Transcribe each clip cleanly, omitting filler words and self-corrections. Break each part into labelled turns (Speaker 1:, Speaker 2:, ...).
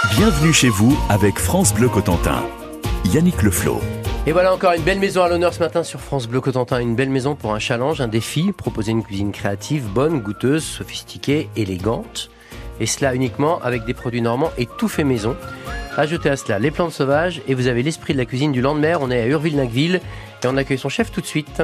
Speaker 1: Bienvenue chez vous avec France Bleu Cotentin. Yannick Leflot.
Speaker 2: Et voilà encore une belle maison à l'honneur ce matin sur France Bleu Cotentin. Une belle maison pour un challenge, un défi, proposer une cuisine créative, bonne, goûteuse, sophistiquée, élégante. Et cela uniquement avec des produits normands et tout fait maison. Ajoutez à cela les plantes sauvages et vous avez l'esprit de la cuisine du Landemer. On est à Urville-Nacqueville et on accueille son chef tout de suite.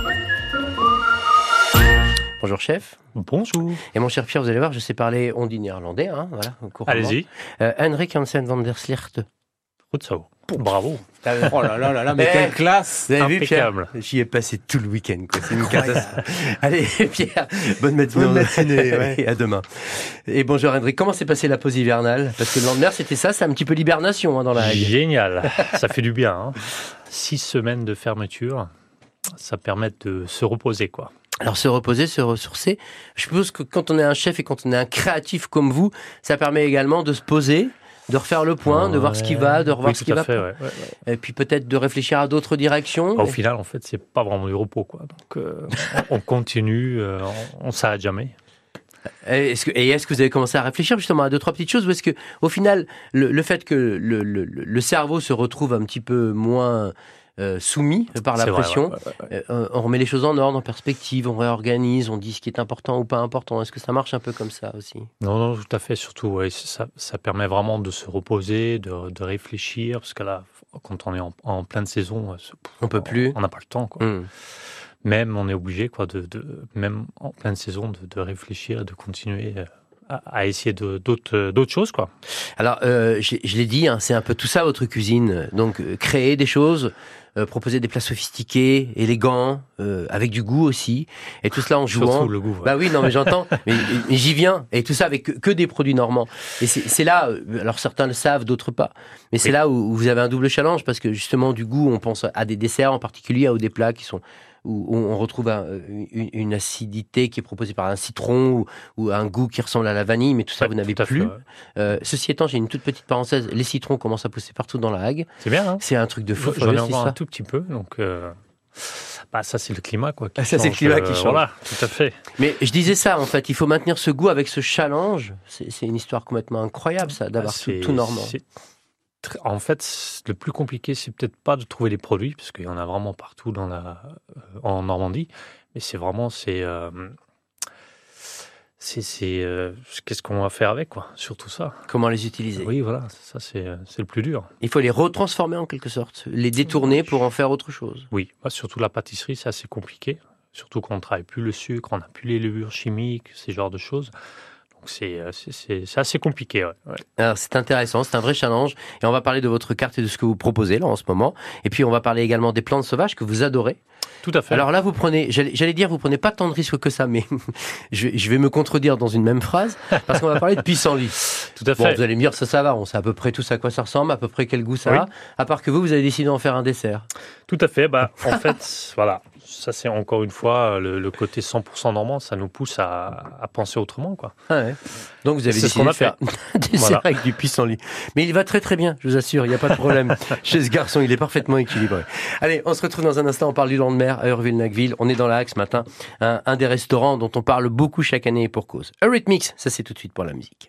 Speaker 2: Bonjour chef.
Speaker 3: Bonjour.
Speaker 2: Et mon cher Pierre, vous allez voir, je sais parler, on dit néerlandais, hein, voilà.
Speaker 3: Allez-y.
Speaker 2: Henrik Hansen van der Sliert.
Speaker 3: Roetsau. Bravo.
Speaker 2: Oh là là là là, mais quelle classe. Vous avez vu, Pierre ? J'y ai passé tout le week-end, quoi. C'est une catastrophe. Allez, Pierre, bonne matinée. Ouais. Et à demain. Et bonjour Henrik, comment s'est passée la pause hivernale ? Parce que le Landemer, c'était ça, c'est un petit peu l'hibernation dans la Hague.
Speaker 3: Génial, ça fait du bien. Hein. 6 semaines de fermeture, ça permet de se reposer, quoi.
Speaker 2: Alors se reposer, se ressourcer, je suppose que quand on est un chef et quand on est un créatif comme vous, ça permet également de se poser, de refaire le point, de voir ce qui va, de revoir ce qui va pas. Ouais. Et puis peut-être de réfléchir à d'autres directions.
Speaker 3: Au final, en fait, c'est pas vraiment du repos, quoi. Donc on continue, on s'arrête jamais.
Speaker 2: Est-ce que vous avez commencé à réfléchir justement à 2-3 petites choses, ou est-ce que au final le fait que le cerveau se retrouve un petit peu moins soumis par la pression, on remet les choses en ordre, en perspective, on réorganise, on dit ce qui est important ou pas important. Est-ce que ça marche un peu comme ça aussi ?
Speaker 3: Non, tout à fait. Surtout, ouais, ça permet vraiment de se reposer, de réfléchir, parce que là, quand on est en pleine saison,
Speaker 2: on peut plus.
Speaker 3: On n'a pas le temps, quoi. Même on est obligé, quoi, même en pleine saison, de réfléchir et de continuer à essayer d'autres choses, quoi.
Speaker 2: Alors, je l'ai dit, hein, c'est un peu tout ça votre cuisine. Donc, créer des choses, proposer des plats sophistiqués, élégants, avec du goût aussi, et tout cela en jouant.
Speaker 3: Surtout le goût. Ouais.
Speaker 2: Bah oui, non, mais j'entends, mais j'y viens, et tout ça avec que des produits normands. Et c'est là, alors certains le savent, d'autres pas, mais c'est là où vous avez un double challenge, parce que justement du goût, on pense à des desserts en particulier, ou des plats qui sont où on retrouve une acidité qui est proposée par un citron ou un goût qui ressemble à la vanille, mais tout ça, vous n'avez plus. Ceci étant, j'ai une toute petite parenthèse, les citrons commencent à pousser partout dans la Hague.
Speaker 3: C'est bien, hein ?
Speaker 2: C'est un truc de fou.
Speaker 3: J'en ai encore un tout petit peu, donc ça c'est le climat, quoi.
Speaker 2: Ça c'est le climat qui change.
Speaker 3: Voilà, tout à fait.
Speaker 2: Mais je disais ça, en fait, il faut maintenir ce goût avec ce challenge. C'est une histoire complètement incroyable, ça, d'avoir tout normand.
Speaker 3: En fait, le plus compliqué, c'est peut-être pas de trouver les produits, parce qu'il y en a vraiment partout en Normandie, mais c'est vraiment qu'est-ce qu'on va faire avec, quoi, surtout ça.
Speaker 2: Comment les utiliser.
Speaker 3: Oui, voilà, ça c'est le plus dur.
Speaker 2: Il faut les retransformer en quelque sorte, les détourner pour en faire autre chose.
Speaker 3: Oui, surtout la pâtisserie, c'est assez compliqué, surtout quand on ne travaille plus le sucre, on n'a plus les levures chimiques, ces genres de choses. C'est assez compliqué. Ouais.
Speaker 2: Alors, c'est intéressant, c'est un vrai challenge. Et on va parler de votre carte et de ce que vous proposez là en ce moment. Et puis on va parler également des plantes sauvages que vous adorez.
Speaker 3: Tout à fait.
Speaker 2: Alors là, vous prenez pas tant de risques que ça, mais je vais me contredire dans une même phrase, parce qu'on va parler de pissenlit.
Speaker 3: Tout à fait.
Speaker 2: Bon, vous allez me dire, ça va, on sait à peu près tous à quoi ça ressemble, à peu près quel goût ça a, à part que vous avez décidé d'en faire un dessert.
Speaker 3: Tout à fait. En fait, voilà. Ça, c'est encore une fois le côté 100% normand, ça nous pousse à penser autrement, quoi.
Speaker 2: Ah ouais. Donc vous avez décidé de faire un dessert avec du pissenlit. Mais il va très très bien, je vous assure, il n'y a pas de problème. Chez ce garçon, il est parfaitement équilibré. Allez, on se retrouve dans un instant, on parle du Landemer à Urville-Nacqueville. On est dans la Hague ce matin, un des restaurants dont on parle beaucoup chaque année et pour cause. Eurythmics, ça c'est tout de suite pour la musique.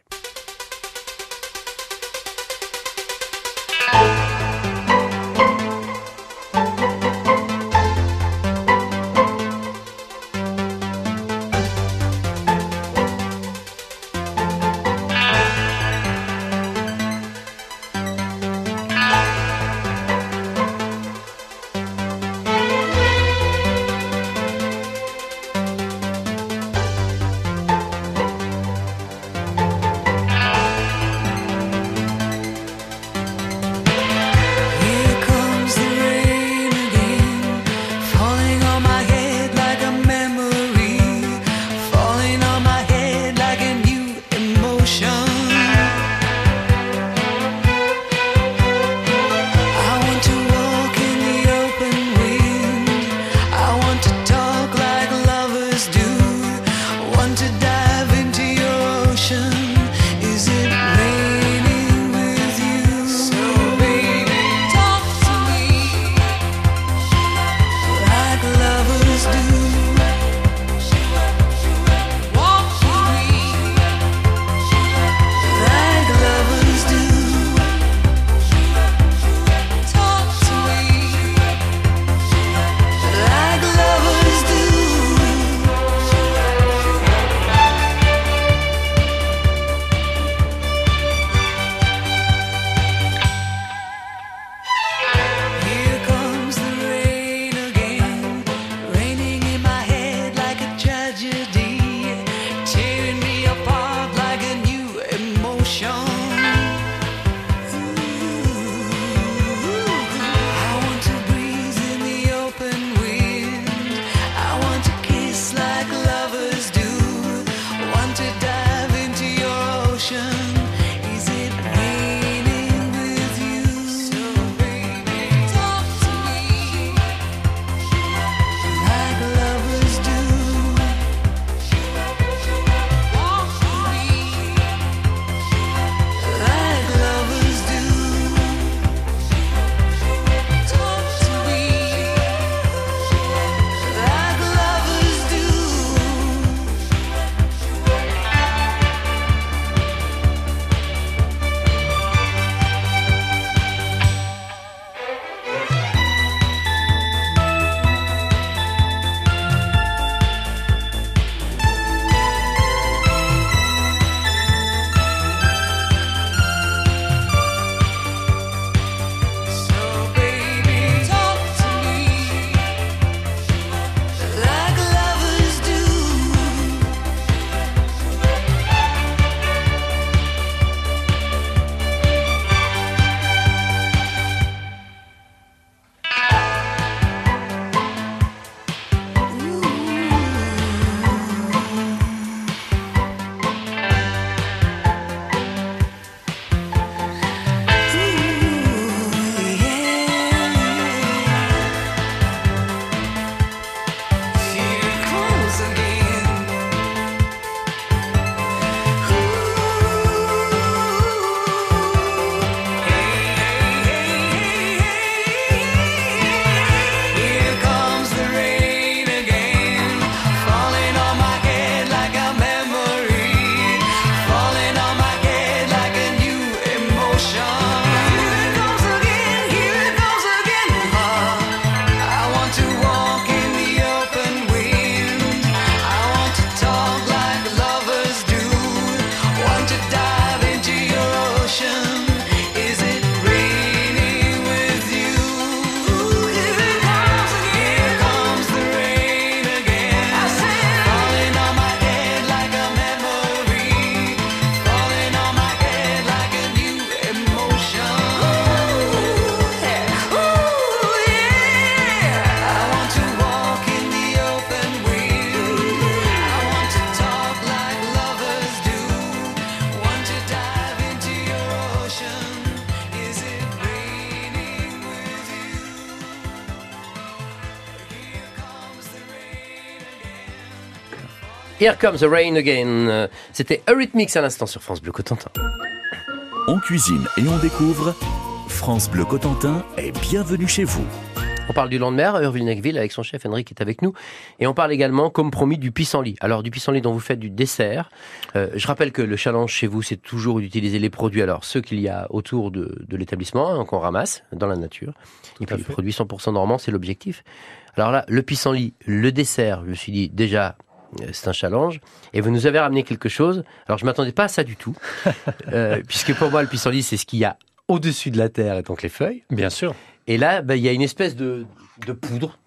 Speaker 2: Here Comes the Rain Again. C'était Eurythmics à l'instant sur France Bleu Cotentin.
Speaker 1: On cuisine et on découvre. France Bleu Cotentin est bienvenue chez vous.
Speaker 2: On parle du Landemer, Eurville-Necqueville, avec son chef Henrik qui est avec nous. Et on parle également, comme promis, du pissenlit. Alors, du pissenlit dont vous faites du dessert. Je rappelle que le challenge chez vous, c'est toujours d'utiliser les produits, alors ceux qu'il y a autour de l'établissement, qu'on ramasse dans la nature. Et puis, les produits 100% normands, c'est l'objectif. Alors là, le pissenlit, le dessert, je me suis dit, déjà, c'est un challenge. Et vous nous avez ramené quelque chose. Alors, je ne m'attendais pas à ça du tout. Puisque pour moi, le pissenlit, c'est ce qu'il y a au-dessus de la terre, et donc les feuilles.
Speaker 3: Bien sûr.
Speaker 2: Et là, il y a une espèce de poudre.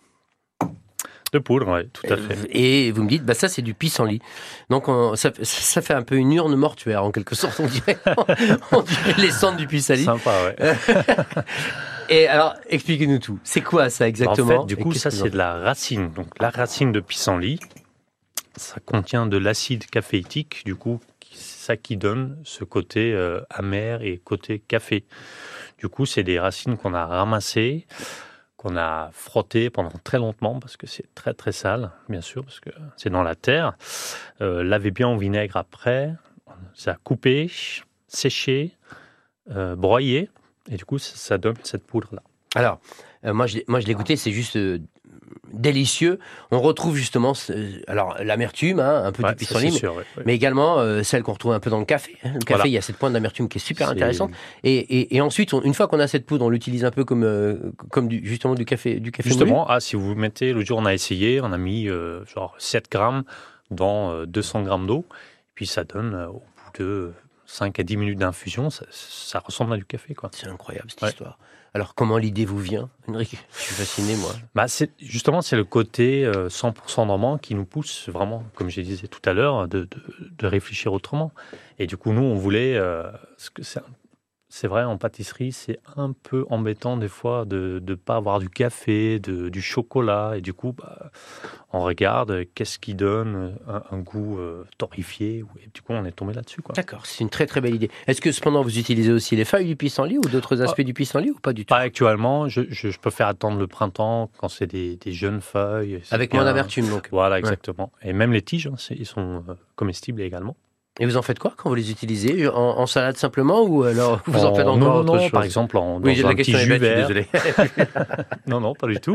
Speaker 3: De poudre, oui, tout à fait.
Speaker 2: Et vous me dites, ça c'est du pissenlit. Donc ça fait un peu une urne mortuaire en quelque sorte, on dirait les cendres du pissenlit.
Speaker 3: Sympa, ouais.
Speaker 2: Et alors, expliquez-nous tout. C'est quoi ça exactement ?
Speaker 3: En fait, du coup, ça c'est de la racine. Donc la racine de pissenlit, ça contient de l'acide caféique, du coup, c'est ça qui donne ce côté amer et côté café. Du coup, c'est des racines qu'on a ramassées, qu'on a frottées pendant très longtemps, parce que c'est très très sale, bien sûr, parce que c'est dans la terre. Laver bien au vinaigre après, ça a coupé, séché, broyé, et du coup, ça donne cette poudre-là.
Speaker 2: Alors, moi je l'ai goûté, c'est juste délicieux. On retrouve justement l'amertume, un peu du pissenlit, mais également celle qu'on retrouve un peu dans le café. Le café, il y a cette pointe d'amertume qui est super intéressante. Et ensuite, une fois qu'on a cette poudre, on l'utilise un peu comme du café
Speaker 3: justement, moulu. Si vous mettez, le jour on a essayé, on a mis genre 7 grammes dans 200 grammes d'eau, puis ça donne au bout de 5 à 10 minutes d'infusion, ça ressemble à du café, quoi.
Speaker 2: C'est incroyable cette histoire. Alors, comment l'idée vous vient, Henrik ? Je suis fasciné, moi.
Speaker 3: C'est le côté 100% normand qui nous pousse vraiment, comme je disais tout à l'heure, de réfléchir autrement. Et du coup, nous, on voulait... c'est vrai, en pâtisserie, c'est un peu embêtant des fois de ne pas avoir du café, du chocolat. Et du coup, on regarde qu'est-ce qui donne un goût torréfié. Et du coup, on est tombé là-dessus, quoi.
Speaker 2: D'accord, c'est une très très belle idée. Est-ce que cependant, vous utilisez aussi les feuilles du pissenlit ou d'autres aspects du pissenlit ou pas du tout ?
Speaker 3: Pas actuellement. Je peux faire attendre le printemps quand c'est des jeunes feuilles.
Speaker 2: Avec moins d'amertume, donc.
Speaker 3: Voilà, exactement. Ouais. Et même les tiges, ils sont comestibles également.
Speaker 2: Et vous en faites quoi quand vous les utilisez ? En salade simplement ou alors vous en faites encore autre chose ?
Speaker 3: Par exemple, dans un petit jus vert.
Speaker 2: Désolé.
Speaker 3: Non, pas du tout.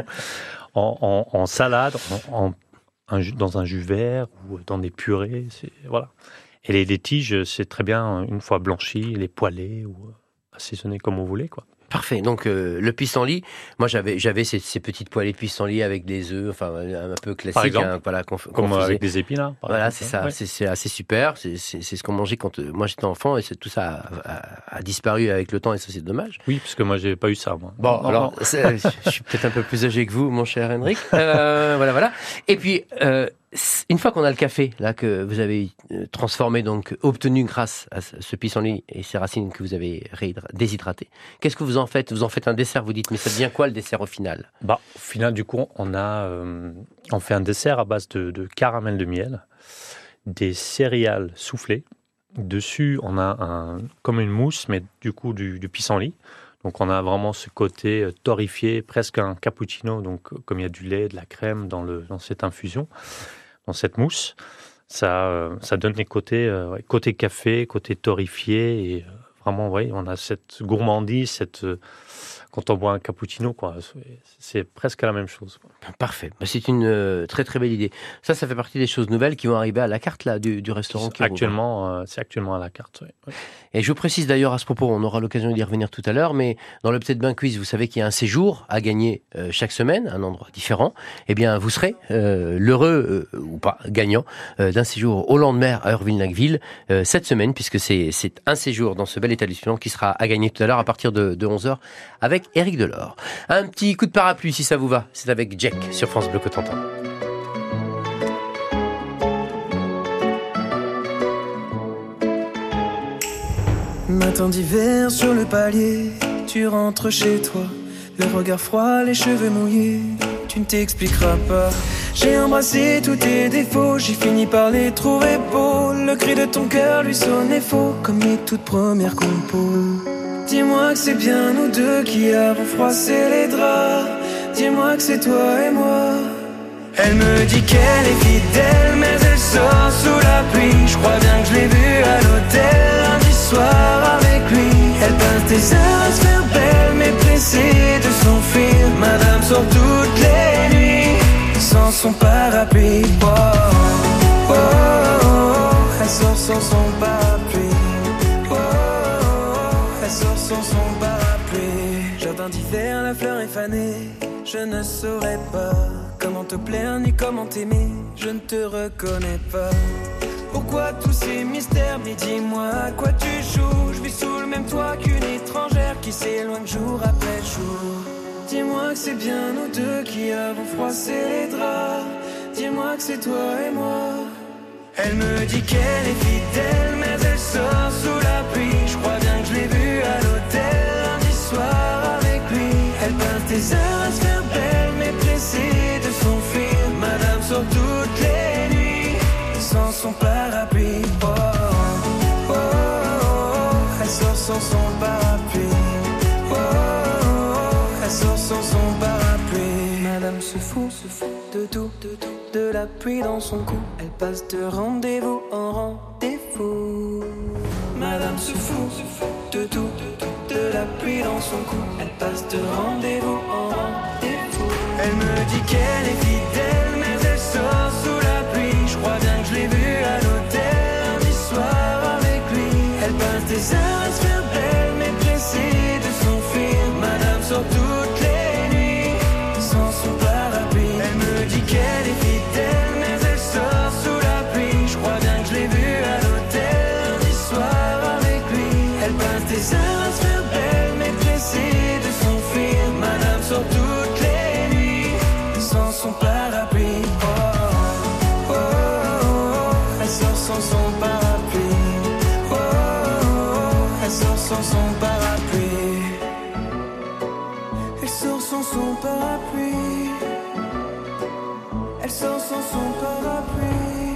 Speaker 3: En salade, dans un jus vert ou dans des purées, voilà. Et les tiges, c'est très bien une fois blanchies, les poêler ou assaisonner comme vous voulez, quoi.
Speaker 2: Parfait. Donc le pissenlit, moi j'avais ces petites poêlées de pissenlit avec des œufs, enfin un peu classique,
Speaker 3: par exemple,
Speaker 2: comme
Speaker 3: avec des épinards.
Speaker 2: Voilà, c'est ça. Ouais. C'est assez super. C'est ce qu'on mangeait quand moi j'étais enfant et tout ça a disparu avec le temps et ça c'est dommage.
Speaker 3: Oui, parce que moi j'ai pas eu ça. Moi.
Speaker 2: Bon, alors je suis peut-être un peu plus âgé que vous, mon cher Henrik. Voilà. Et puis une fois qu'on a le café là que vous avez transformé, donc obtenu grâce à ce pissenlit et ces racines que vous avez déshydratées, qu'est-ce que vous en faites ? Vous en faites un dessert, vous dites, mais ça devient quoi le dessert au final ?
Speaker 3: Au final, du coup, on fait un dessert à base de caramel de miel, des céréales soufflées. Dessus, on a comme une mousse, mais du coup du pissenlit. Donc on a vraiment ce côté torréfié, presque un cappuccino. Donc comme il y a du lait, de la crème dans cette infusion, dans cette mousse, ça donne les côté café, côté torréfié. Et vraiment, on a cette gourmandise, quand on boit un cappuccino, quoi, c'est presque la même chose.
Speaker 2: Parfait. C'est une très très belle idée. Ça fait partie des choses nouvelles qui vont arriver à la carte là, du restaurant.
Speaker 3: C'est actuellement à la carte. Oui.
Speaker 2: Et je vous précise d'ailleurs à ce propos, on aura l'occasion d'y revenir tout à l'heure, mais dans le Peut-être Bain Quiz, vous savez qu'il y a un séjour à gagner chaque semaine, un endroit différent. Eh bien, vous serez l'heureux ou pas gagnant d'un séjour au Landemer à Eurville-Necqueville cette semaine, puisque c'est un séjour dans ce bel établissement qui sera à gagner tout à l'heure à partir de 11h avec Éric Delors. Un petit coup de parapluie si ça vous va, c'est avec Jack sur France Bleu Cotentin.
Speaker 4: Matin d'hiver sur le palier, tu rentres chez toi, le regard froid, les cheveux mouillés, tu ne t'expliqueras pas. J'ai embrassé tous tes défauts, j'ai fini par les trouver beaux. Le cri de ton cœur lui sonnait faux, comme les toutes premières compos. Dis-moi que c'est bien nous deux qui avons froissé les draps. Dis-moi que c'est toi et moi, Elle me dit qu'elle est fidèle, mais elle sort sous la pluie. Je crois bien que je l'ai vue à l'hôtel lundi soir avec lui. Elle passe des heures à se faire belle, mais pressée de s'enfuir. Madame sort toutes les nuits sans son parapluie. Oh, oh, oh, oh. Elle sort sans son parapluie. Oh, oh, oh. Elle sort sans son parapluie. Jardin d'hiver, la fleur est fanée. Je ne saurais pas comment te plaire ni comment t'aimer. Je ne te reconnais pas. Pourquoi tous ces mystères? Mais dis-moi à quoi tu joues. Je vis sous le même toit qu'une étrangère qui s'éloigne jour après jour. Dis-moi que c'est bien nous deux qui avons froissé les draps. Dis-moi que c'est toi et moi. Elle me dit qu'elle est fidèle, mais elle sort sous la pluie. Je crois bien que je l'ai vue à l'hôtel lundi soir avec lui. Elle passe des heures à se faire belle, mais pressée de s'enfuir. Madame sort toutes les nuits sans son parapluie. Oh, oh, oh, oh. Elle sort sans son parapluie. Oh, oh, oh. Elle sort sans son parapluie. Madame se fout de tout, de la pluie dans son cou. Elle passe de rendez-vous en rendez-vous. Madame se fout de tout, de la pluie dans son cou. Elle passe de rendez-vous en rendez-vous. Elle me dit qu'elle est fidèle, mais elle sort sous la pluie. Je crois bien que je l'ai vue à l'hôtel lundi soir avec lui. Elle passe des heures à se faire belle, mais pressée de s'enfuir. Madame sort toutes les nuits sans son parapluie. Elle me dit qu'elle est fidèle, mais elle sort sous la pluie. Je crois bien que je l'ai vue à l'hôtel lundi soir avec lui. Elle passe des heures à se faire belle, mais pressée de s'enfuir. Madame sort toutes les nuits sans son parapluie. Oh, oh, oh, oh. Elle sort sans son parapluie. Oh, oh, oh. Elle sort sans son parapluie. Elle sort sans son parapluie. Elle sort sans son parapluie.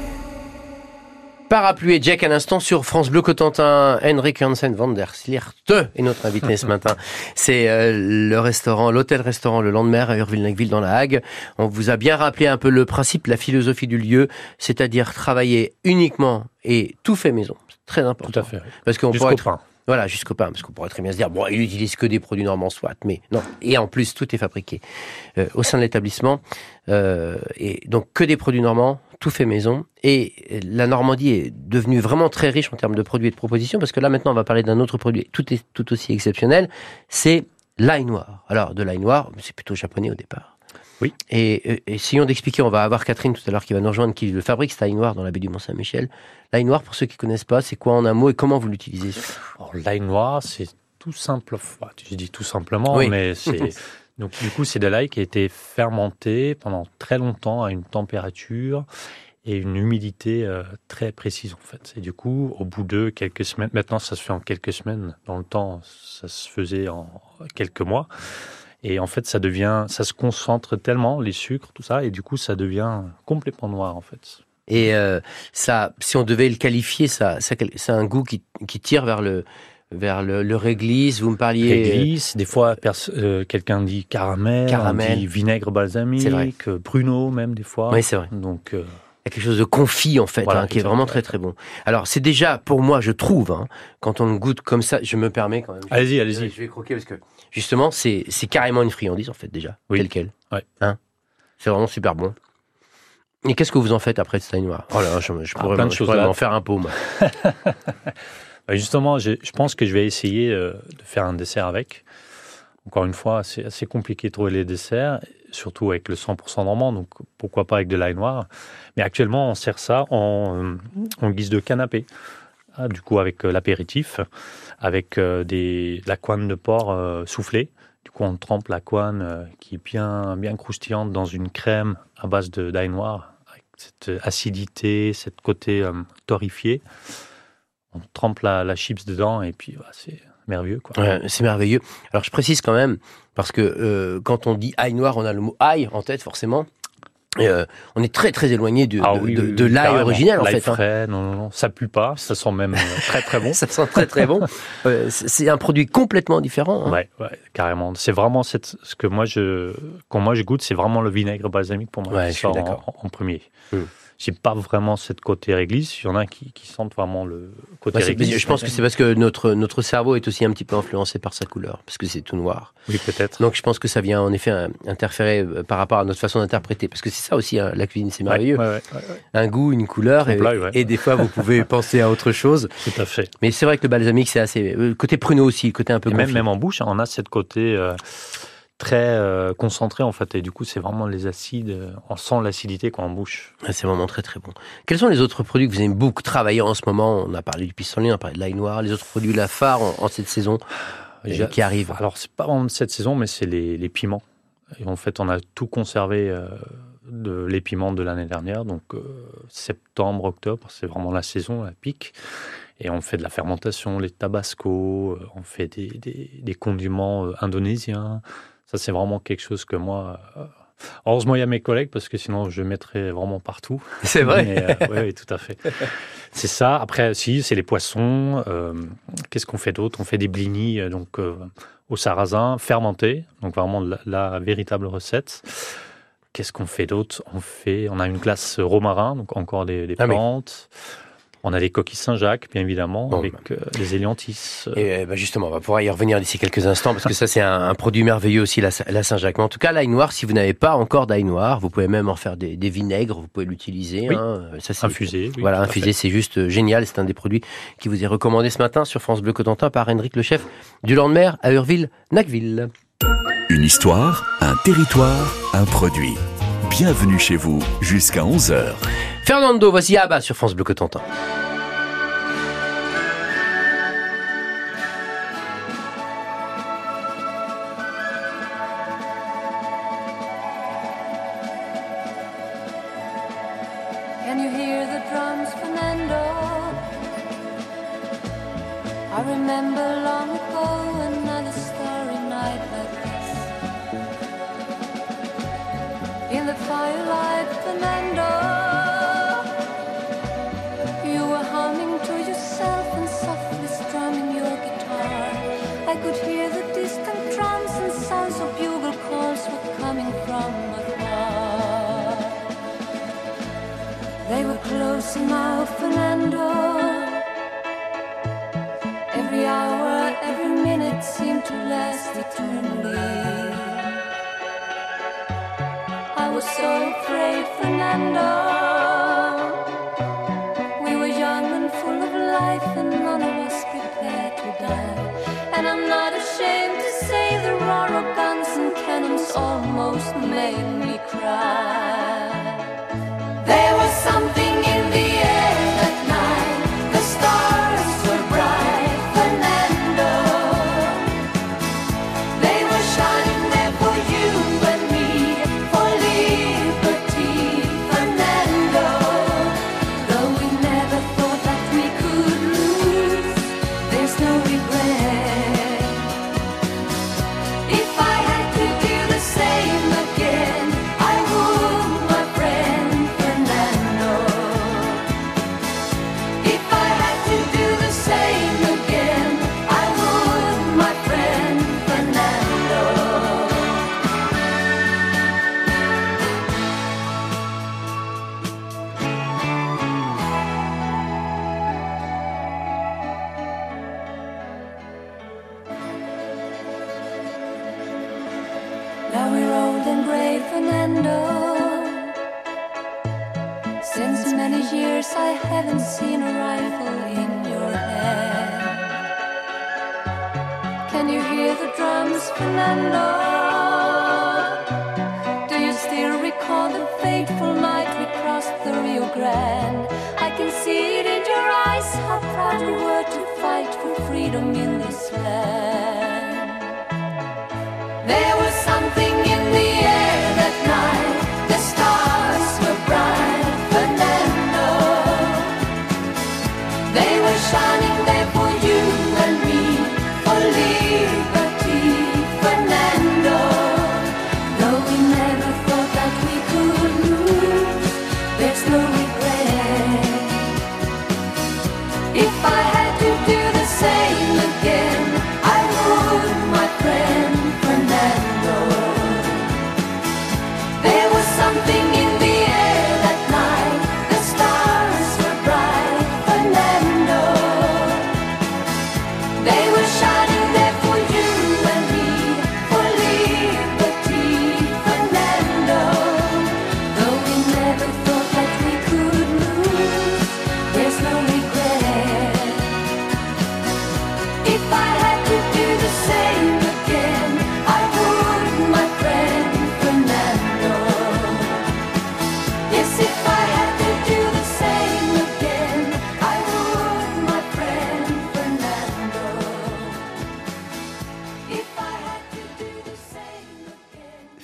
Speaker 2: Parapluie et Jack à l'instant sur France Bleu Cotentin. Henrik Janssen van der Slierte est notre invité ce matin. C'est le restaurant, l'hôtel-restaurant Le Landemer à Urville-Nacqueville dans la Hague. On vous a bien rappelé un peu le principe, la philosophie du lieu, c'est-à-dire travailler uniquement et tout fait maison. C'est très important.
Speaker 3: Tout à fait.
Speaker 2: Parce qu'on
Speaker 3: Jusqu'au pain.
Speaker 2: Voilà, jusqu'au pain, parce qu'on pourrait très bien se dire, bon, il utilise que des produits normands, soit, mais non. Et en plus, tout est fabriqué au sein de l'établissement. Et donc, que des produits normands, tout fait maison. Et la Normandie est devenue vraiment très riche en termes de produits et de propositions, parce que là, maintenant, on va parler d'un autre produit tout aussi exceptionnel, c'est l'ail noir. Alors, de l'ail noir, c'est plutôt japonais au départ.
Speaker 3: Oui.
Speaker 2: Et essayons d'expliquer, on va avoir Catherine tout à l'heure qui va nous rejoindre, qui le fabrique, cet ail noir dans la baie du Mont-Saint-Michel. L'ail noir, pour ceux qui ne connaissent pas, c'est quoi en un mot et comment vous l'utilisez?
Speaker 3: Alors, l'ail noir, c'est tout simple. Je dis tout simplement,
Speaker 2: oui.
Speaker 3: Mais c'est... Donc, du coup, c'est de l'ail qui a été fermenté pendant très longtemps à une température et une humidité très précise, en fait. Et du coup, au bout de quelques semaines, maintenant, ça se fait en quelques semaines. Dans le temps, ça se faisait en quelques mois. Et en fait, ça se concentre tellement, les sucres, tout ça, et du coup, ça devient complètement noir, en fait.
Speaker 2: Et ça, si on devait le qualifier, ça c'est un goût qui tire vers le réglisse. Vous me parliez...
Speaker 3: Réglisse, des fois, quelqu'un dit caramel, on dit vinaigre balsamique, pruneau même, des fois.
Speaker 2: Oui, c'est vrai.
Speaker 3: Donc...
Speaker 2: il y a quelque chose de confit, en fait, voilà, qui est vraiment très, très bon. Alors, c'est déjà, pour moi, je trouve, quand on le goûte comme ça, je me permets quand même.
Speaker 3: Allez-y.
Speaker 2: Je vais croquer parce que, justement, c'est carrément une friandise, en fait, déjà. Oui. Tel quel.
Speaker 3: Ouais.
Speaker 2: C'est vraiment super bon. Et qu'est-ce que vous en faites après de cet ail noir? Oh là, je pourrais m'en faire un pot, moi.
Speaker 3: Justement, je pense que je vais essayer de faire un dessert avec. Encore une fois, c'est assez compliqué de trouver les desserts, surtout avec le 100% normand, donc pourquoi pas avec de l'ail noir. Mais actuellement, on sert ça en guise de canapé. Du coup, avec l'apéritif, avec la couenne de porc soufflée. Du coup, on trempe la couenne qui est bien croustillante dans une crème à base d'ail noir, avec cette acidité, cette côté torréfié. On trempe la chips dedans et puis c'est merveilleux, quoi.
Speaker 2: Ouais, c'est merveilleux. Alors, je précise quand même, parce que quand on dit ail noir, on a le mot ail en tête, forcément. On est très très éloigné de l'ail
Speaker 3: carrément.
Speaker 2: original en
Speaker 3: L'ail
Speaker 2: fait.
Speaker 3: frais, non, ça pue pas, ça sent même très très bon.
Speaker 2: Ça sent très très bon. C'est un produit complètement différent. Hein.
Speaker 3: Ouais, carrément. C'est vraiment ce que quand moi je goûte, c'est vraiment le vinaigre balsamique pour moi.
Speaker 2: Ouais,
Speaker 3: qui
Speaker 2: je suis
Speaker 3: sort
Speaker 2: d'accord.
Speaker 3: en premier. J'ai pas vraiment cette côté réglisse. Il y en a qui sentent vraiment le côté réglisse.
Speaker 2: Je pense que c'est parce que notre cerveau est aussi un petit peu influencé par sa couleur, parce que c'est tout noir.
Speaker 3: Oui, peut-être.
Speaker 2: Donc je pense que ça vient en effet interférer par rapport à notre façon d'interpréter, parce que c'est ça aussi, hein, la cuisine, c'est merveilleux.
Speaker 3: Ouais.
Speaker 2: Un goût, une couleur, et des fois vous pouvez penser à autre chose.
Speaker 3: Tout à fait.
Speaker 2: Mais c'est vrai que le balsamique, c'est assez... côté pruneau aussi, le côté un peu confit.
Speaker 3: Même en bouche, on a cette côté... très concentré en fait, et du coup c'est vraiment les acides, on sent l'acidité quand on bouche.
Speaker 2: C'est vraiment très très bon. Quels sont les autres produits que vous aimez beaucoup travailler en ce moment? On a parlé du pissenlit, on a parlé de l'ail noir, les autres produits la phare en cette saison qui arrivent.
Speaker 3: Alors c'est pas vraiment de cette saison, mais c'est les piments. Et en fait on a tout conservé les piments de l'année dernière, donc septembre, octobre, c'est vraiment la saison, la pique. Et on fait de la fermentation, les tabascos, on fait des condiments indonésiens. Ça, c'est vraiment quelque chose que moi... heureusement, il y a mes collègues, parce que sinon, je mettrais vraiment partout.
Speaker 2: C'est vrai.
Speaker 3: Oui, tout à fait. C'est ça. Après, c'est les poissons. Qu'est-ce qu'on fait d'autre? On fait des blinis au sarrasin, fermentés. Donc, vraiment la véritable recette. Qu'est-ce qu'on fait d'autre? On a une glace romarin, donc encore des plantes. On a des coquilles Saint-Jacques, bien évidemment, avec les éliantis.
Speaker 2: Et justement, on va pouvoir y revenir d'ici quelques instants, parce que ça, c'est un produit merveilleux aussi, la Saint-Jacques. Mais en tout cas, l'ail noir, si vous n'avez pas encore d'ail noir, vous pouvez même en faire des vinaigres, vous pouvez l'utiliser.
Speaker 3: Oui.
Speaker 2: Hein. Ça, c'est
Speaker 3: Infusé. Oui,
Speaker 2: voilà, infusé, c'est juste génial. C'est un des produits qui vous est recommandé ce matin sur France Bleu Cotentin par Henrik le chef du Landemer à Urville-Nacqueville.
Speaker 1: Une histoire, un territoire, un produit. Bienvenue chez vous jusqu'à 11h.
Speaker 2: Fernando, voici Abba sur France Bleu Cotentin.
Speaker 5: Can you hear the drums, Fernando? I remember long ago another starry night like this. In the firelight, Fernando, you were humming to yourself and softly strumming your guitar. I could hear the distant drums and sounds of bugle calls were coming from afar. They were closer now, Fernando. Every hour, every minute seemed to last eternally. I was so afraid, Fernando. We were young and full of life, and none of us prepared to die. And I'm not ashamed to say the roar of guns and cannons almost made me cry. There was something in the air that night. The stars were bright, Fernando. They were shining there for you and me, for liberty, Fernando. Though we never thought that we could lose, there's no regret. If I had to do the same again, I would, my friend Fernando. If I had to do the same again, I would, my friend Fernando. Now we're old and grey, Fernando. Since many years I haven't seen a rifle in your hand. Can you hear the drums, Fernando? Do you still recall the fateful night we crossed the Rio Grande? I can see it in your eyes, how proud you were to fight for freedom in this land. There was something in the air that night. The stars were bright, Fernando. They were shining there for you and me, for liberty, Fernando. Though we never thought that we could lose,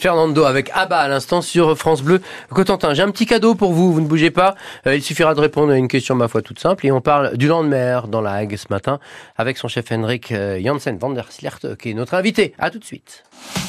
Speaker 2: Fernando avec Abba à l'instant sur France Bleu Cotentin. J'ai un petit cadeau pour vous, vous ne bougez pas. Il suffira de répondre à une question, ma foi, toute simple. Et on parle du Landemer dans la Hague ce matin avec son chef Henrik Janssen van der Slert, qui est notre invité. À tout de suite.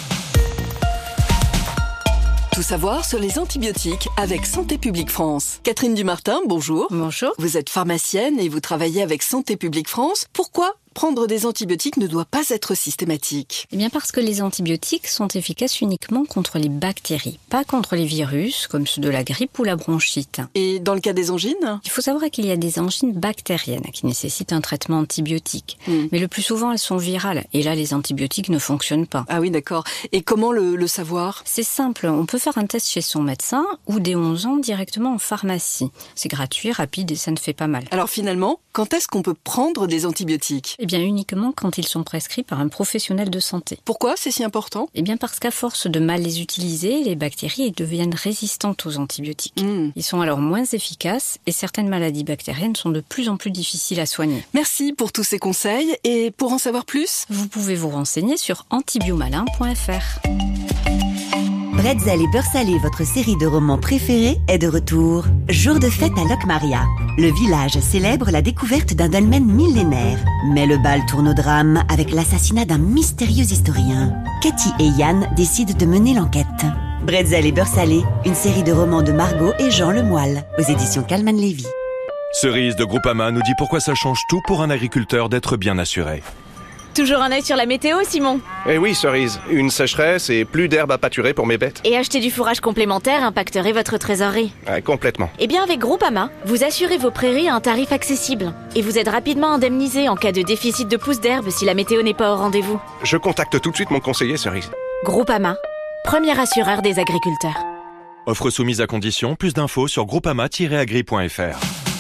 Speaker 6: Tout savoir sur les antibiotiques avec Santé publique France. Catherine Dumartin, bonjour.
Speaker 7: Bonjour.
Speaker 6: Vous êtes pharmacienne et vous travaillez avec Santé publique France. Pourquoi prendre des antibiotiques ne doit pas être systématique?
Speaker 7: Eh bien parce que les antibiotiques sont efficaces uniquement contre les bactéries, pas contre les virus comme ceux de la grippe ou la bronchite.
Speaker 6: Et dans le cas des angines?
Speaker 7: Il faut savoir qu'il y a des angines bactériennes qui nécessitent un traitement antibiotique. Mais le plus souvent, elles sont virales. Et là, les antibiotiques ne fonctionnent pas.
Speaker 6: Ah oui, d'accord. Et comment le savoir?
Speaker 7: C'est simple. On peut faire un test chez son médecin ou dès 11 ans directement en pharmacie. C'est gratuit, rapide et ça ne fait pas mal.
Speaker 6: Alors finalement, quand est-ce qu'on peut prendre des antibiotiques?
Speaker 7: Eh bien uniquement quand ils sont prescrits par un professionnel de santé.
Speaker 6: Pourquoi c'est si important?
Speaker 7: Eh bien parce qu'à force de mal les utiliser, les bactéries deviennent résistantes aux antibiotiques. Ils sont alors moins efficaces et certaines maladies bactériennes sont de plus en plus difficiles à soigner.
Speaker 6: Merci pour tous ces conseils. Et pour en savoir plus,
Speaker 7: vous pouvez vous renseigner sur antibiomalin.fr.
Speaker 8: Bretzel et beurre salé, votre série de romans préférés, est de retour. Jour de fête à Locmaria. Le village célèbre la découverte d'un dolmen millénaire. Mais le bal tourne au drame avec l'assassinat d'un mystérieux historien. Cathy et Yann décident de mener l'enquête. Bretzel et beurre salé, une série de romans de Margot et Jean Lemoyle, aux éditions Calman Lévy.
Speaker 9: Cerise de Groupama nous dit pourquoi ça change tout pour un agriculteur d'être bien assuré.
Speaker 10: Toujours un œil sur la météo, Simon.
Speaker 11: Eh oui, Cerise, une sécheresse et plus d'herbe à pâturer pour mes bêtes.
Speaker 10: Et acheter du fourrage complémentaire impacterait votre trésorerie.
Speaker 11: Complètement.
Speaker 10: Eh bien, avec Groupama, vous assurez vos prairies à un tarif accessible. Et vous êtes rapidement indemnisé en cas de déficit de pousses d'herbe si la météo n'est pas au rendez-vous.
Speaker 11: Je contacte tout de suite mon conseiller, Cerise.
Speaker 10: Groupama, premier assureur des agriculteurs.
Speaker 9: Offre soumise à condition, plus d'infos sur groupama-agri.fr.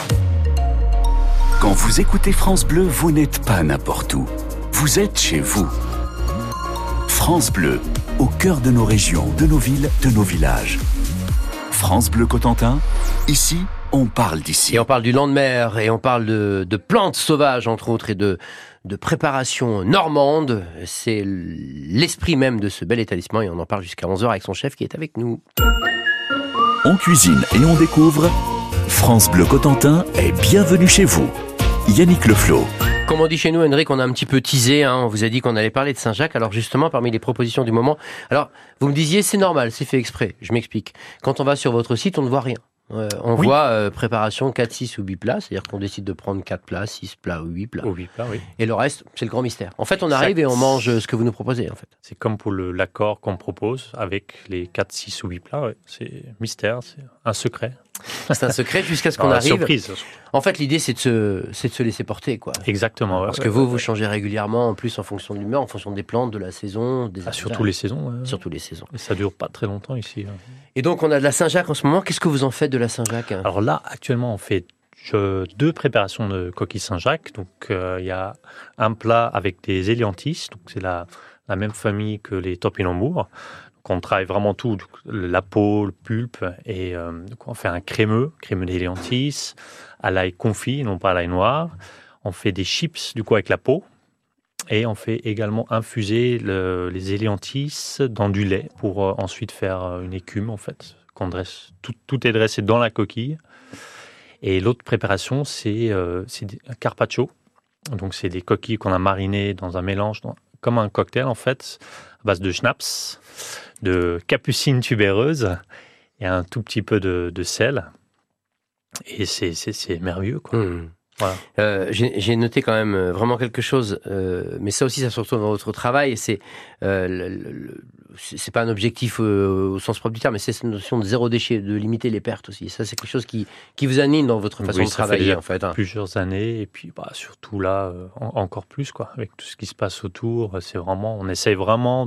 Speaker 1: Quand vous écoutez France Bleu, vous n'êtes pas n'importe où. Vous êtes chez vous. France Bleu, au cœur de nos régions, de nos villes, de nos villages. France Bleu Cotentin, ici, on parle d'ici.
Speaker 2: Et on parle du Landemer, et on parle de plantes sauvages, entre autres, et de préparation normande. C'est l'esprit même de ce bel établissement, et on en parle jusqu'à 11h avec son chef qui est avec nous.
Speaker 1: On cuisine et on découvre. France Bleu Cotentin est bienvenue chez vous. Yannick Leflot.
Speaker 2: Comme on dit chez nous, Henrik, on a un petit peu teasé, on vous a dit qu'on allait parler de Saint-Jacques. Alors justement, parmi les propositions du moment, alors vous me disiez c'est normal, c'est fait exprès. Je m'explique. Quand on va sur votre site, on ne voit rien. On voit préparation 4, 6 ou 8 plats, c'est-à-dire qu'on décide de prendre 4 plats, 6 plats ou 8 plats.
Speaker 3: Ou 8 plats, oui.
Speaker 2: Et le reste, c'est le grand mystère. En fait, on arrive et on mange ce que vous nous proposez, en fait.
Speaker 3: C'est comme pour l'accord qu'on propose avec les 4, 6 ou 8 plats. Ouais. C'est mystère, c'est un secret.
Speaker 2: C'est un secret jusqu'à ce qu'on arrive.
Speaker 3: Surprise.
Speaker 2: En fait, l'idée, c'est de se laisser porter, quoi.
Speaker 3: Exactement. Ouais,
Speaker 2: parce que vous changez régulièrement, en plus, en fonction de l'humeur, en fonction des plantes, de la saison, des
Speaker 3: surtout les saisons. Ouais.
Speaker 2: Surtout les saisons.
Speaker 3: Et ça dure pas très longtemps ici.
Speaker 2: Et donc, on a de la Saint-Jacques en ce moment. Qu'est-ce que vous en faites de la Saint-Jacques?
Speaker 3: Alors là, actuellement, on fait 2 préparations de coquilles Saint-Jacques. Donc, il y a un plat avec des éliantis. Donc, c'est la même famille que les topinambours. Donc, on travaille vraiment tout, la peau, le pulpe. Et donc on fait un crémeux d'éliantis, à l'ail confit, non pas à l'ail noir. On fait des chips, du coup, avec la peau. Et on fait également infuser les éliantis dans du lait pour ensuite faire une écume, en fait, qu'on dresse. Tout est dressé dans la coquille. Et l'autre préparation, c'est un carpaccio. Donc, c'est des coquilles qu'on a marinées dans un mélange, comme un cocktail, en fait, à base de schnapps, de capucine tubéreuse et un tout petit peu de sel. Et c'est merveilleux, quoi.
Speaker 2: Voilà. J'ai noté quand même vraiment quelque chose, mais ça aussi, ça se retrouve dans votre travail. C'est pas un objectif au sens propre du terme, mais c'est cette notion de zéro déchet, de limiter les pertes aussi. Ça, c'est quelque chose qui vous anime dans votre façon de travailler, en fait.
Speaker 3: Plusieurs années, et puis surtout là, encore plus, quoi, avec tout ce qui se passe autour. C'est vraiment, on essaye vraiment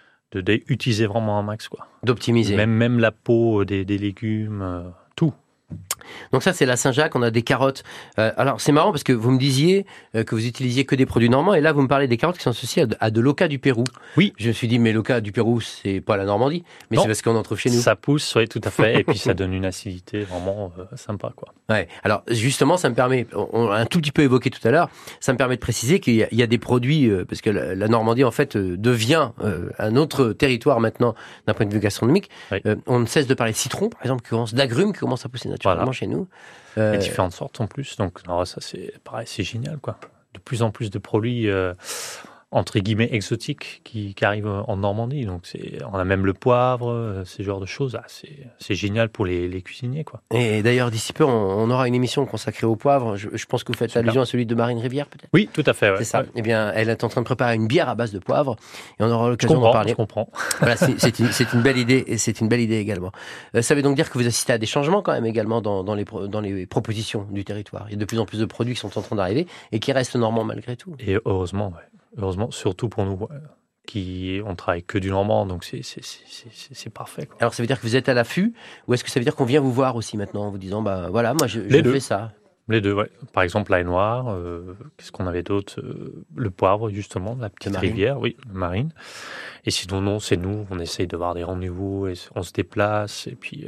Speaker 3: d'utiliser vraiment un max, quoi.
Speaker 2: D'optimiser.
Speaker 3: Même la peau des légumes, tout.
Speaker 2: Donc ça, c'est la Saint-Jacques, on a des carottes. Alors, c'est marrant parce que vous me disiez que vous utilisiez que des produits normands, et là, vous me parlez des carottes qui sont associées à de l'oca du Pérou.
Speaker 3: Oui.
Speaker 2: Je me suis dit, mais l'oca du Pérou, c'est pas la Normandie, mais
Speaker 3: Non.
Speaker 2: c'est parce qu'on en trouve chez nous.
Speaker 3: Ça pousse, oui, tout à fait. Et puis, ça donne une acidité vraiment sympa, quoi.
Speaker 2: Ouais. Alors, justement, ça me permet, on l'a un tout petit peu évoqué tout à l'heure, ça me permet de préciser qu'il y a des produits, parce que la Normandie, en fait, devient un autre territoire maintenant, d'un point de vue gastronomique.
Speaker 3: Oui.
Speaker 2: On ne cesse de parler de citron, par exemple, d'agrumes qui commencent à pousser naturellement
Speaker 3: Voilà.
Speaker 2: chez nous.
Speaker 3: Et différentes sortes en plus. Donc, non, ça, c'est pareil, c'est génial, quoi. De plus en plus de produits, entre guillemets, exotiques qui arrivent en Normandie. Donc, on a même le poivre, ces genres de choses. Ah, c'est génial pour les cuisiniers, quoi.
Speaker 2: Et d'ailleurs, d'ici peu, on aura une émission consacrée au poivre. Je pense que vous faites
Speaker 3: Super.
Speaker 2: allusion à celui de Marine Rivière, peut-être.
Speaker 3: Oui, tout à fait. Ouais.
Speaker 2: C'est ça.
Speaker 3: Ouais.
Speaker 2: Eh bien, elle est en train de préparer une bière à base de poivre, et on aura
Speaker 3: Je
Speaker 2: l'occasion d'en
Speaker 3: comprends,
Speaker 2: parler.
Speaker 3: je comprends.
Speaker 2: Voilà, c'est une belle idée, et c'est une belle idée également. Ça veut donc dire que vous assistez à des changements quand même également dans les propositions du territoire. Il y a de plus en plus de produits qui sont en train d'arriver et qui restent normands malgré tout.
Speaker 3: Et heureusement, ouais. Heureusement, surtout pour nous, qui on travaille que du normand, donc c'est parfait, quoi.
Speaker 2: Alors ça veut dire que vous êtes à l'affût, ou est-ce que ça veut dire qu'on vient vous voir aussi maintenant en vous disant, bah voilà, moi je
Speaker 3: Les deux.
Speaker 2: fais ça.
Speaker 3: Les deux, ouais. Par exemple, l'ail noir, qu'est-ce qu'on avait d'autre le poivre, justement, la petite
Speaker 2: marine.
Speaker 3: rivière, oui, le marine. Et sinon, non, c'est nous, on essaye d'avoir des rendez-vous, et on se déplace, et puis...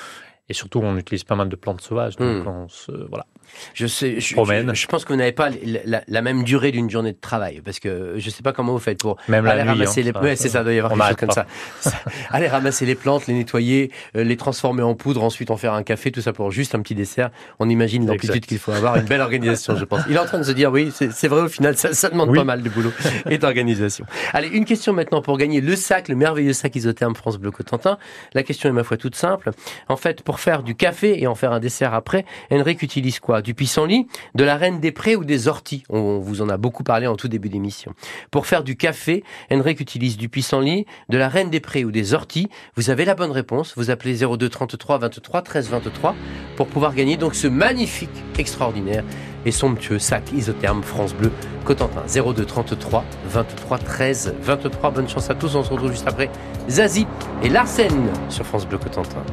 Speaker 3: et surtout, on utilise pas mal de plantes sauvages, donc voilà.
Speaker 2: Je sais,
Speaker 3: promène.
Speaker 2: je pense que vous n'avez pas la même durée d'une journée de travail, parce que je ne sais pas comment vous faites pour
Speaker 3: Même
Speaker 2: aller
Speaker 3: la nuit,
Speaker 2: ramasser les. Ouais, c'est ça, doit y avoir
Speaker 3: on
Speaker 2: quelque chose
Speaker 3: n'arrête
Speaker 2: comme ça. Aller ramasser les plantes, les nettoyer, les transformer en poudre, ensuite en faire un café, tout ça pour juste un petit dessert. On imagine l'amplitude
Speaker 3: Exact.
Speaker 2: qu'il faut avoir, une belle organisation, je pense. Il est en train de se dire, oui, c'est vrai, au final, ça demande
Speaker 3: Oui.
Speaker 2: pas mal de boulot et d'organisation. Allez, une question maintenant pour gagner le sac, le merveilleux sac isotherme France Bleu Cotentin. La question est ma foi toute simple. En fait, pour faire du café et en faire un dessert après, Henrik utilise quoi? Du pissenlit, de la reine des prés ou des orties? On vous en a beaucoup parlé en tout début d'émission. Pour faire du café, Henrik utilise du pissenlit, de la reine des prés ou des orties. Vous avez la bonne réponse. Vous appelez 02 33 23 13 23 pour pouvoir gagner donc ce magnifique, extraordinaire et somptueux sac isotherme France Bleu Cotentin. 02 33 23 13 23. Bonne chance à tous. On se retrouve juste après Zazie et Larsen sur France Bleu Cotentin.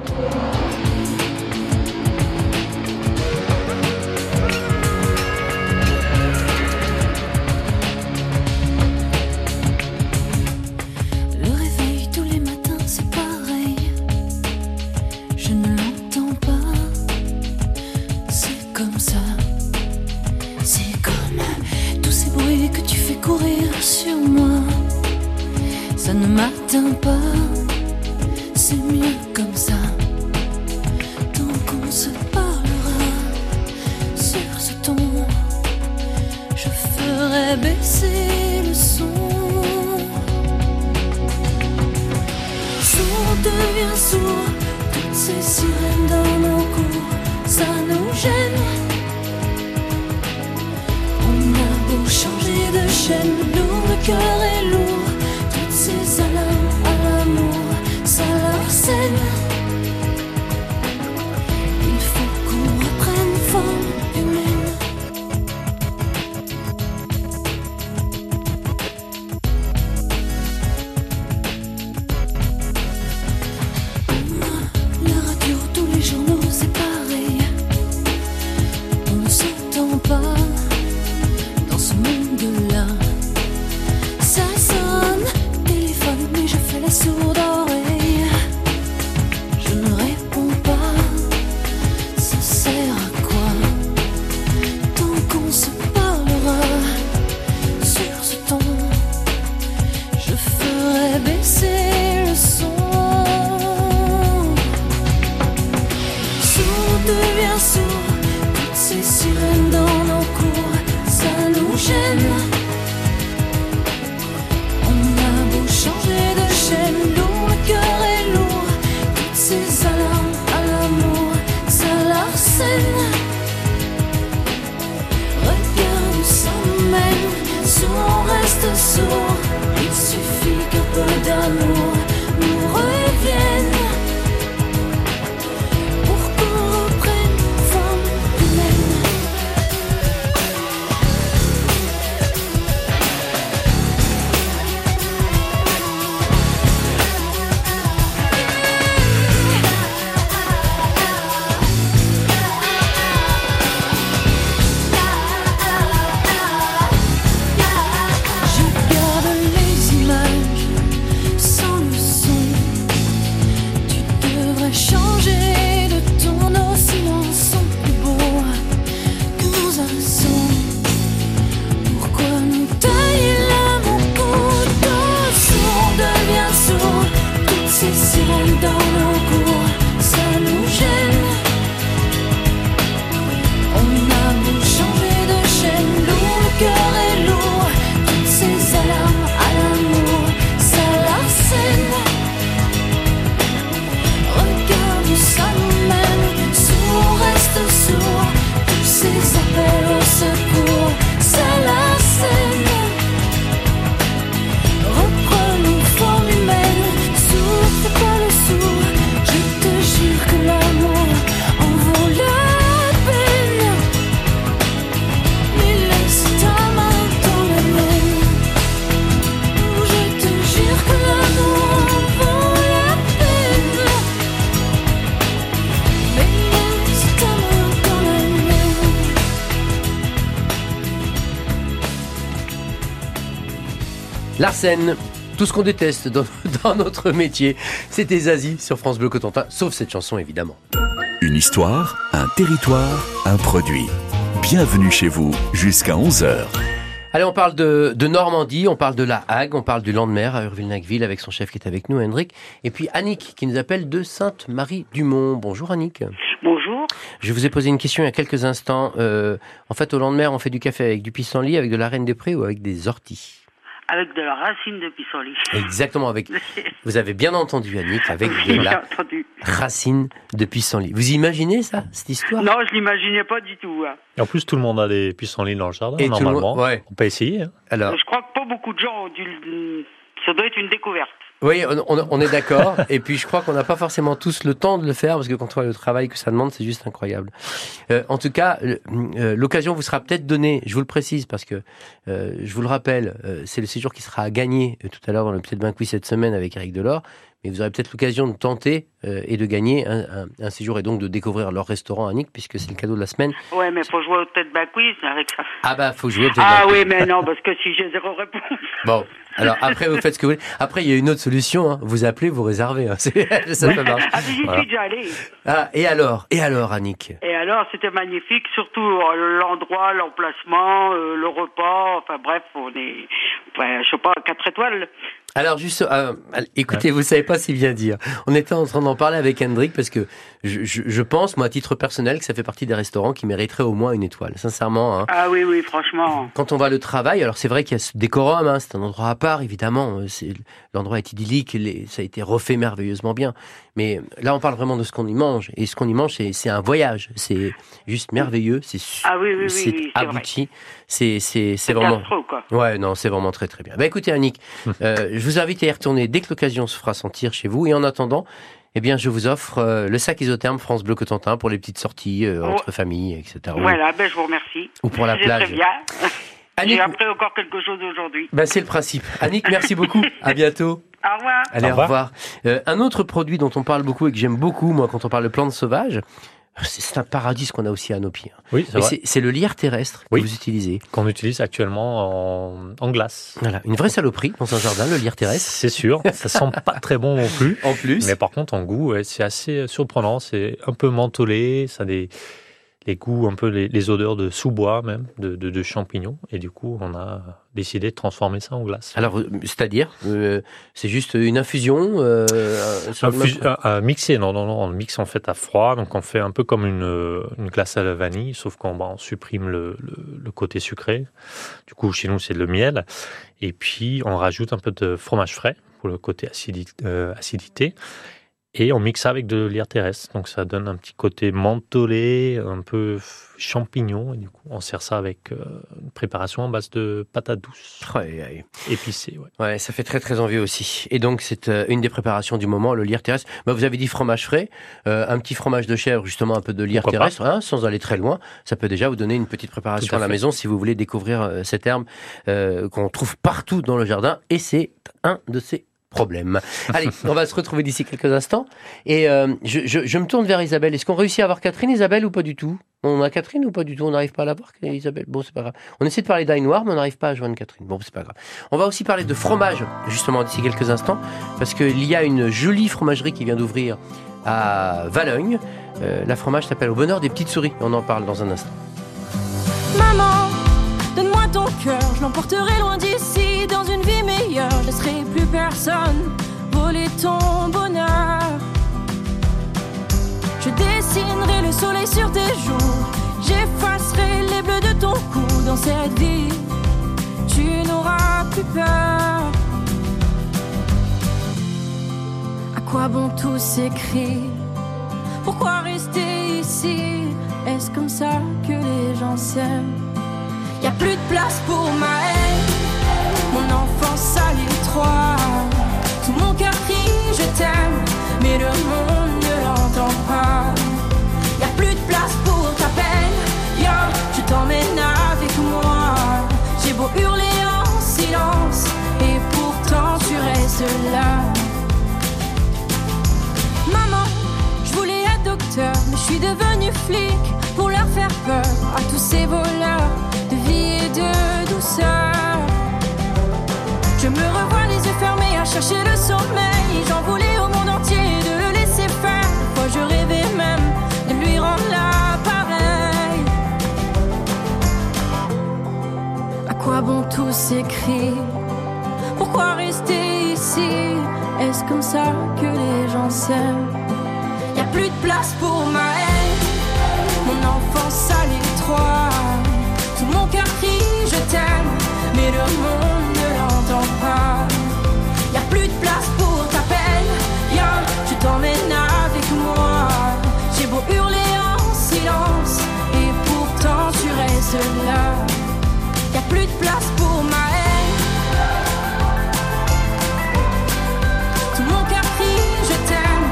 Speaker 5: Le réveil tous les matins c'est pareil. Je ne l'entends pas. C'est comme ça. C'est comme tous ces bruits que tu fais courir sur moi. Ça ne m'atteint pas. C'est mieux comme ça. Tant qu'on se parlera sur ce ton, je ferai baisser le son. Sourd devient sourd, toutes ces sirènes dans nos cours, ça nous gêne. On a beau changer de chaîne, nous le cœur est lourd, toutes ces alarmes à l'amour, ça leur scène. Il faut qu'on reprenne forme humaine. La radio, tous les journaux, c'est pareil. On ne s'entend pas dans ce monde-là. Ça sonne, téléphone, mais je fais la sourde oreille. Je ne réponds pas, ça sert à quoi? Tant qu'on se parlera sur ce ton, je ferai baisser le son. Sourd devient sourd, toutes ces sirènes dans nos cours, ça nous gêne. On a beau changer de chaîne, nous le cœur est lourd, toutes ces alarmes à l'amour, ça l'arsène. Regarde où ça nous mène, sourd on reste sourd, il suffit qu'un peu d'amour nous revienne. Pour qu'on reprenne forme humaine.
Speaker 2: Larsen, tout ce qu'on déteste dans notre métier, c'était Zazie sur France Bleu Cotentin, sauf cette chanson évidemment.
Speaker 1: Une histoire, un territoire, un produit. Bienvenue chez vous jusqu'à 11h.
Speaker 2: Allez, on parle de Normandie, on parle de la Hague, on parle du Landemer à Urville-Nacqueville avec son chef qui est avec nous, Hendrik. Et puis Annick qui nous appelle de Sainte-Marie-du-Mont. Bonjour Annick.
Speaker 12: Bonjour.
Speaker 2: Je vous ai posé une question il y a quelques instants. En fait, au Landemer, on fait du café avec du pissenlit, avec de la reine des prés ou avec des orties?
Speaker 12: Avec de la racine de pissenlit.
Speaker 2: Exactement, avec. Vous avez bien entendu Annick, avec de la racine de pissenlit. Vous imaginez ça, cette histoire?
Speaker 12: Non, je l'imaginais pas du tout. Hein.
Speaker 3: Et en plus, tout le monde a des pissenlits dans le jardin,
Speaker 2: et
Speaker 3: normalement.
Speaker 2: Ouais.
Speaker 3: On peut essayer. Hein.
Speaker 2: Alors,
Speaker 12: je crois que pas beaucoup de gens ont dû... Ça doit être une découverte.
Speaker 2: Oui, on est d'accord. Et puis, je crois qu'on n'a pas forcément tous le temps de le faire, parce que quand on voit le travail que ça demande, c'est juste incroyable. En tout cas, l'occasion vous sera peut-être donnée, je vous le précise, parce que, je vous le rappelle, c'est le séjour qui sera à gagner tout à l'heure dans le Petit Bain Quiz cette semaine avec Eric Delors. Mais vous aurez peut-être l'occasion de tenter et de gagner un séjour et donc de découvrir leur restaurant à Nick, puisque c'est le cadeau de la semaine.
Speaker 12: Ouais, mais faut jouer au Tête Bain Quiz avec ça.
Speaker 2: Ah bah, faut jouer au Tête
Speaker 12: Bain Quiz. Ah oui, mais non, parce que si j'ai zéro réponse.
Speaker 2: Bon, alors après, vous faites ce que vous voulez. Après, il y a une autre solution, hein. Vous appelez, vous réservez. Hein. Ça peut marcher.
Speaker 12: Ah, mais j'y suis déjà allé.
Speaker 2: Ah, et alors, Annick?
Speaker 12: Et alors, c'était magnifique, surtout l'endroit, l'emplacement, le repas, enfin bref, on est, je sais pas, 4 étoiles.
Speaker 2: Alors juste, écoutez, vous savez pas si bien dire. On était en train d'en parler avec Hendrik parce que je pense, moi, à titre personnel, que ça fait partie des restaurants qui mériteraient au moins une étoile, sincèrement. Hein.
Speaker 12: Ah oui, franchement.
Speaker 2: Quand on va au travail, alors c'est vrai qu'il y a ce décorum, hein, c'est un endroit à part, évidemment. L'endroit est idyllique, ça a été refait merveilleusement bien. Mais là, on parle vraiment de ce qu'on y mange. Et ce qu'on y mange, c'est un voyage. C'est juste merveilleux. C'est abouti. C'est vraiment.
Speaker 12: Gastro, quoi.
Speaker 2: Ouais, non, c'est vraiment très très bien. Bah écoutez, Annick, je vous invite à y retourner dès que l'occasion se fera sentir chez vous. Et en attendant, eh bien, je vous offre le sac isotherme France Bleu Cotentin pour les petites sorties entre familles, etc.
Speaker 12: Voilà, je vous remercie.
Speaker 2: Ou pour la plage.
Speaker 12: Très bien.
Speaker 2: Annick,
Speaker 12: j'ai appris encore quelque chose aujourd'hui.
Speaker 2: C'est le principe. Annick, merci beaucoup. À bientôt.
Speaker 12: Au revoir.
Speaker 2: Allez, au revoir. Un autre produit dont on parle beaucoup et que j'aime beaucoup, moi, quand on parle de plantes sauvages, c'est un paradis qu'on a aussi à nos pieds.
Speaker 3: Oui, c'est vrai.
Speaker 2: C'est le lierre terrestre que vous utilisez.
Speaker 3: Qu'on utilise actuellement en glace.
Speaker 2: Voilà, une vraie saloperie dans un jardin, le lierre terrestre.
Speaker 3: C'est sûr, ça sent pas très bon non plus.
Speaker 2: En plus.
Speaker 3: Mais par contre, en goût, c'est assez surprenant. C'est un peu mentholé, ça a les goûts, un peu les odeurs de sous-bois même, de champignons. Et du coup, on a décidé de transformer ça en glace.
Speaker 2: Alors, c'est-à-dire, c'est juste une infusion
Speaker 3: mixé, non, on mixe en fait à froid. Donc, on fait un peu comme une glace à la vanille, sauf qu'on supprime le côté sucré. Du coup, chez nous, c'est le miel. Et puis, on rajoute un peu de fromage frais pour le côté acidité. Et on mixe ça avec de lierre terrestre. Donc ça donne un petit côté mentholé, un peu champignon. Et du coup, on sert ça avec une préparation en base de patates douces. Épicées,
Speaker 2: ouais, ça fait très très envie aussi. Et donc c'est une des préparations du moment, le lierre terrestre. Vous avez dit fromage frais, un petit fromage de chèvre, justement un peu de lierre terrestre, hein, sans aller très loin. Ça peut déjà vous donner une petite préparation à la maison si vous voulez découvrir cette herbe qu'on trouve partout dans le jardin. Et c'est un de ces problème. Allez, on va se retrouver d'ici quelques instants. Et je me tourne vers Isabelle. Est-ce qu'on réussit à avoir Catherine, Isabelle, ou pas du tout? On a Catherine ou pas du tout? On n'arrive pas à la voir, Isabelle? Bon, c'est pas grave. On essaie de parler d'ail noir, mais on n'arrive pas à joindre Catherine. Bon, c'est pas grave. On va aussi parler de fromage, justement, d'ici quelques instants, parce qu'il y a une jolie fromagerie qui vient d'ouvrir à Valognes. La fromage s'appelle Au Bonheur des Petites Souris. On en parle dans un instant.
Speaker 13: Maman, donne-moi ton cœur, je l'emporterai loin d'ici, dans une vie meilleure. Je laisserai plus personne voler ton bonheur. Je dessinerai le soleil sur tes joues, j'effacerai les bleus de ton cou. Dans cette vie, tu n'auras plus peur. À quoi bon tous ces cris? Pourquoi rester ici? Est-ce comme ça que les gens s'aiment? Y'a plus de place pour ma haine, mon enfance à l'étroit. Tout mon cœur crie je t'aime, mais le monde ne l'entend pas. Y'a plus de place pour ta peine, viens, je t'emmène avec moi. J'ai beau hurler en silence, et pourtant tu restes là. Maman, je voulais être docteur, mais je suis devenue flic pour leur faire peur à tous ces voleurs de vie et de douceur. Je Je me revois les yeux fermés à chercher le sommeil. J'en voulais au monde entier de le laisser faire. Parfois je rêvais même de lui rendre l'appareil. À quoi bon tous ces cris? Pourquoi rester ici? Est-ce comme ça que les gens s'aiment? Y'a plus de place pour ma haine. Mon enfance à l'étroit. Tout mon cœur crie je t'aime, mais le monde ne l'entend pas. Y'a plus de place pour ta peine. Viens, je t'emmène avec moi. J'ai beau hurler en silence, et pourtant tu restes là. Y'a plus de place pour ma haine. Tout mon cœur crie je t'aime.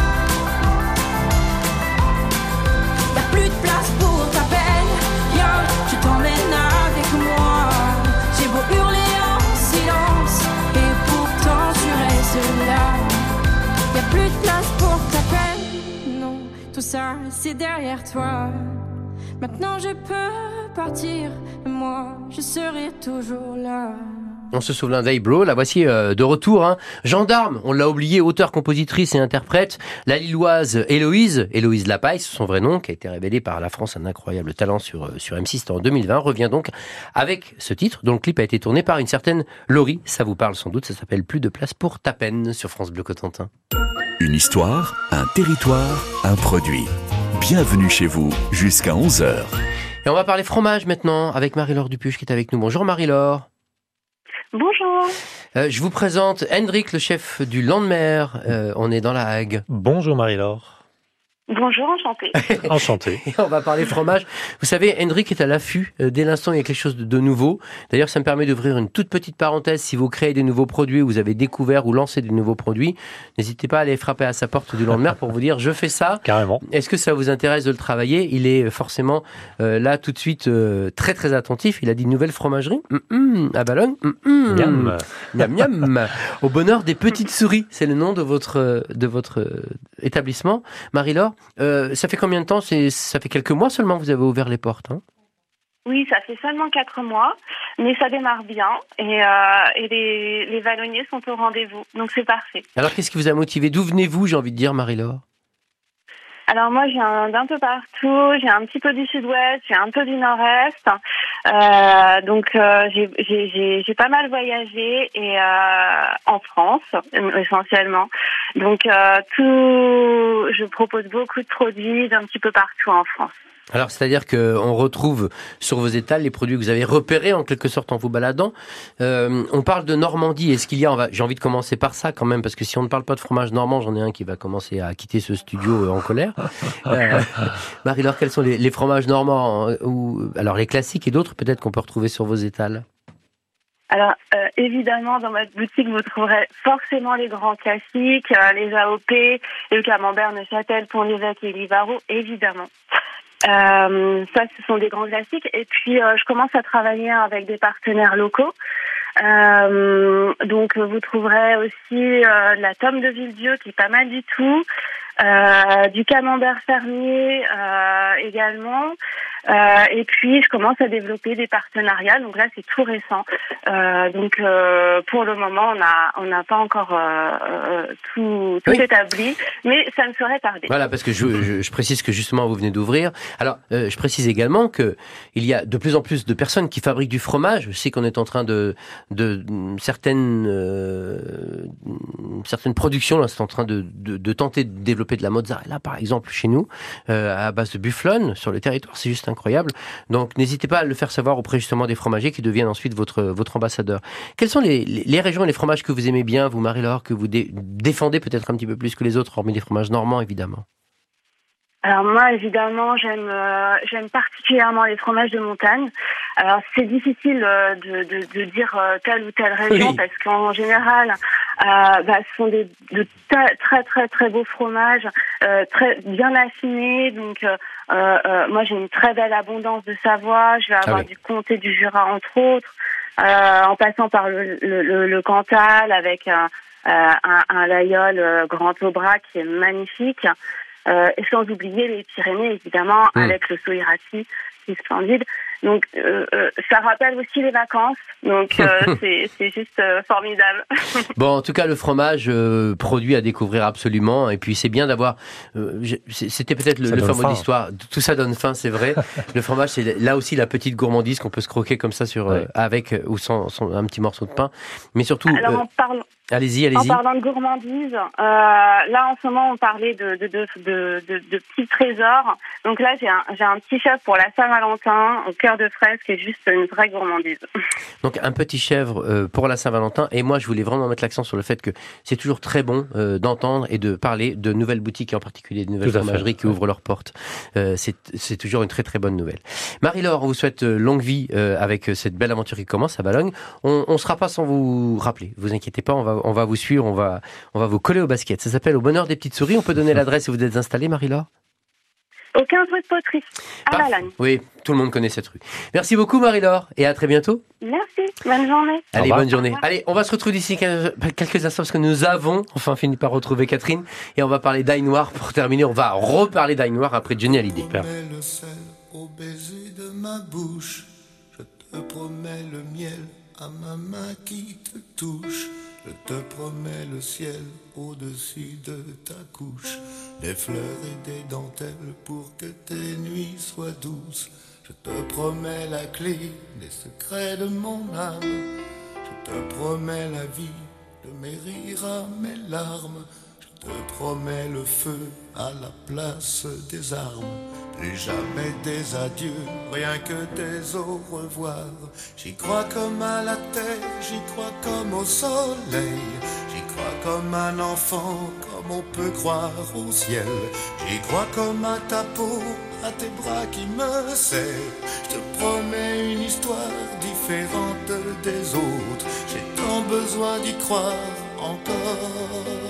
Speaker 13: Y'a plus de place pour ta peine. Viens, je t'emmène avec moi. J'ai beau hurler en silence, et pourtant tu restes là. Y'a plus de place pour ta peine. Non, tout ça c'est derrière toi. Maintenant je peux partir, et moi je serai toujours là.
Speaker 2: On se souvient d'Aiblo, la voici de retour. Hein. Gendarme, on l'a oublié, auteure, compositrice et interprète. La Lilloise Héloïse Lapaille, c'est son vrai nom, qui a été révélé par La France, un incroyable talent sur M6, c'était en 2020, revient donc avec ce titre, dont le clip a été tourné par une certaine Laurie. Ça vous parle sans doute, ça s'appelle Plus de place pour ta peine sur France Bleu Cotentin.
Speaker 1: Une histoire, un territoire, un produit. Bienvenue chez vous, jusqu'à 11h.
Speaker 2: Et on va parler fromage maintenant, avec Marie-Laure Dupuche qui est avec nous. Bonjour Marie-Laure.
Speaker 14: Bonjour.
Speaker 2: Je vous présente Hendrik, le chef du Landemer. On est dans la Hague.
Speaker 3: Bonjour Marie-Laure.
Speaker 14: Bonjour, enchantée.
Speaker 3: Enchanté.
Speaker 2: Et on va parler fromage. Vous savez, Hendrik est à l'affût. Dès l'instant, il y a quelque chose de nouveau. D'ailleurs, ça me permet d'ouvrir une toute petite parenthèse. Si vous créez des nouveaux produits, vous avez découvert ou lancé des nouveaux produits, n'hésitez pas à aller frapper à sa porte du Landemer pour vous dire « je fais ça ».
Speaker 3: Carrément.
Speaker 2: Est-ce que ça vous intéresse de le travailler? Il est forcément là tout de suite très très attentif. Il a dit une nouvelle fromagerie à Balogne.
Speaker 3: Miam.
Speaker 2: Miam miam. Au bonheur des petites souris, c'est le nom de votre établissement. Marie-Laure, ça fait combien de temps? Ça fait quelques mois seulement que vous avez ouvert les portes, hein?
Speaker 14: Oui, ça fait seulement 4 mois, mais ça démarre bien et les vallonniers sont au rendez-vous, donc c'est parfait.
Speaker 2: Alors, qu'est-ce qui vous a motivé? D'où venez-vous, j'ai envie de dire, Marie-Laure?
Speaker 14: Alors moi, je viens d'un peu partout, j'ai un petit peu du sud-ouest, j'ai un peu du nord-est, donc j'ai pas mal voyagé et en France essentiellement. Donc je propose beaucoup de produits d'un petit peu partout en France.
Speaker 2: Alors, c'est-à-dire qu'on retrouve sur vos étals les produits que vous avez repérés en quelque sorte en vous baladant. On parle de Normandie. Est-ce qu'il y a, j'ai envie de commencer par ça quand même, parce que si on ne parle pas de fromage normand, j'en ai un qui va commencer à quitter ce studio en colère. Marie-Laure, quels sont les fromages normands alors les classiques et d'autres peut-être qu'on peut retrouver sur vos étals?
Speaker 14: Alors, évidemment, dans votre boutique, vous trouverez forcément les grands classiques, les AOP, le camembert, Neuchâtel, Pont-l'Évêque et Livaro, évidemment. Ça, ce sont des grands classiques. Et puis, je commence à travailler avec des partenaires locaux. Donc, vous trouverez aussi la tome de Villedieu, qui est pas mal du tout. Du camembert fermier également. Et puis, je commence à développer des partenariats. Donc là, c'est tout récent. Donc, pour le moment, on n'a pas encore tout établi, mais ça ne saurait tarder.
Speaker 2: Voilà, parce que je précise que justement, vous venez d'ouvrir. Alors, je précise également que il y a de plus en plus de personnes qui fabriquent du fromage. Je sais qu'on est en train de certaines productions, là, c'est en train de tenter de développer de la mozzarella, par exemple, chez nous, à base de bufflone sur le territoire. C'est juste incroyable. Donc, n'hésitez pas à le faire savoir auprès justement des fromagers qui deviennent ensuite votre ambassadeur. Quelles sont les régions et les fromages que vous aimez bien, vous, Marie-Laure, que vous défendez peut-être un petit peu plus que les autres, hormis les fromages normands, évidemment?
Speaker 14: Alors moi, évidemment, j'aime particulièrement les fromages de montagne. Alors c'est difficile de dire telle ou telle région, oui, parce qu'en général, ce sont de très très très beaux fromages, très bien affinés. Donc moi, j'ai une très belle abondance de Savoie. Je vais avoir du Comté, du Jura, entre autres, en passant par le Cantal avec un Laïol Grand Aubrac qui est magnifique. Et sans oublier les Pyrénées, évidemment, avec le Soirati, si splendide. Donc, ça rappelle aussi les vacances. Donc, c'est juste formidable.
Speaker 2: Bon, en tout cas, le fromage, produit à découvrir absolument. Et puis, c'est bien d'avoir... c'était peut-être le fameux de l'histoire. Tout ça donne faim, c'est vrai. Le fromage, c'est là aussi la petite gourmandise qu'on peut se croquer comme ça avec ou sans un petit morceau de pain. Mais surtout...
Speaker 14: Alors,
Speaker 2: allez-y.
Speaker 14: En parlant de gourmandise, là, en ce moment, on parlait de petits trésors. Donc là, j'ai un petit chef pour la Saint-Valentin au cœur de fraise qui est juste une vraie gourmandise.
Speaker 2: Donc un petit chèvre pour la Saint-Valentin. Et moi, je voulais vraiment mettre l'accent sur le fait que c'est toujours très bon d'entendre et de parler de nouvelles boutiques, et en particulier de nouvelles fromageries qui ouvrent leurs portes. C'est toujours une très très bonne nouvelle. Marie-Laure, on vous souhaite longue vie avec cette belle aventure qui commence à Balogne. On ne sera pas sans vous rappeler. Vous inquiétez pas, on va vous suivre, on va vous coller au basket. Ça s'appelle Au bonheur des petites souris. On peut donner l'adresse où vous êtes installée, Marie-Laure?
Speaker 14: Au 15 rue de Poterie, à Balogne.
Speaker 2: Oui, tout le monde connaît cette rue. Merci beaucoup, Marie-Laure, et à très bientôt.
Speaker 14: Merci, bonne journée.
Speaker 2: Allez, bonne journée. Allez, on va se retrouver d'ici quelques instants parce que nous avons enfin fini par retrouver Catherine et on va parler d'Aïe Noire pour terminer. On va reparler d'Aïe Noire après Johnny Hallyday.
Speaker 15: Je te promets le sel au baiser de ma bouche. Je te promets le miel à ma main qui te touche. Je te promets le ciel au-dessus de ta couche, des fleurs et des dentelles pour que tes nuits soient douces. Je te promets la clé des secrets de mon âme. Je te promets la vie de mes rires à mes larmes. Je te promets le feu à la place des armes. Plus jamais des adieux, rien que des au revoir. J'y crois comme à la terre, j'y crois comme au soleil. J'y crois comme un enfant, comme on peut croire au ciel. J'y crois comme à ta peau, à tes bras qui me serrent. Je te promets une histoire différente des autres. J'ai tant besoin d'y croire encore.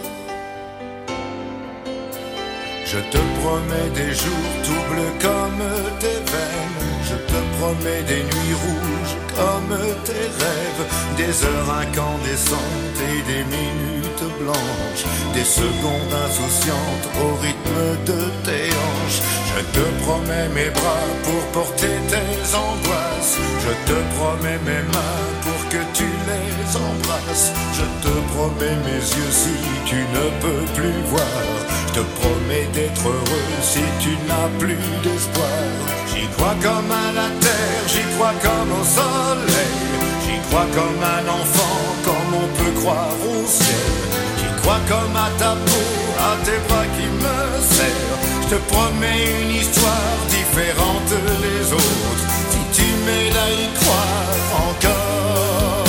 Speaker 15: Je te promets des jours tout bleus comme tes veines. Je te promets des nuits rouges comme tes rêves. Des heures incandescentes et des minutes blanches. Des secondes insouciantes au rythme de tes hanches. Je te promets mes bras pour porter tes angoisses. Je te promets mes mains pour que tu les embrasses. Je te promets mes yeux si tu ne peux plus voir. Je te promets d'être heureux si tu n'as plus d'espoir. J'y crois comme à la terre, j'y crois comme au soleil. J'y crois comme un enfant, comme on peut croire au ciel. J'y crois comme à ta peau, à tes bras qui me serrent. Je te promets une histoire différente des autres. Si tu m'aides à y croire encore.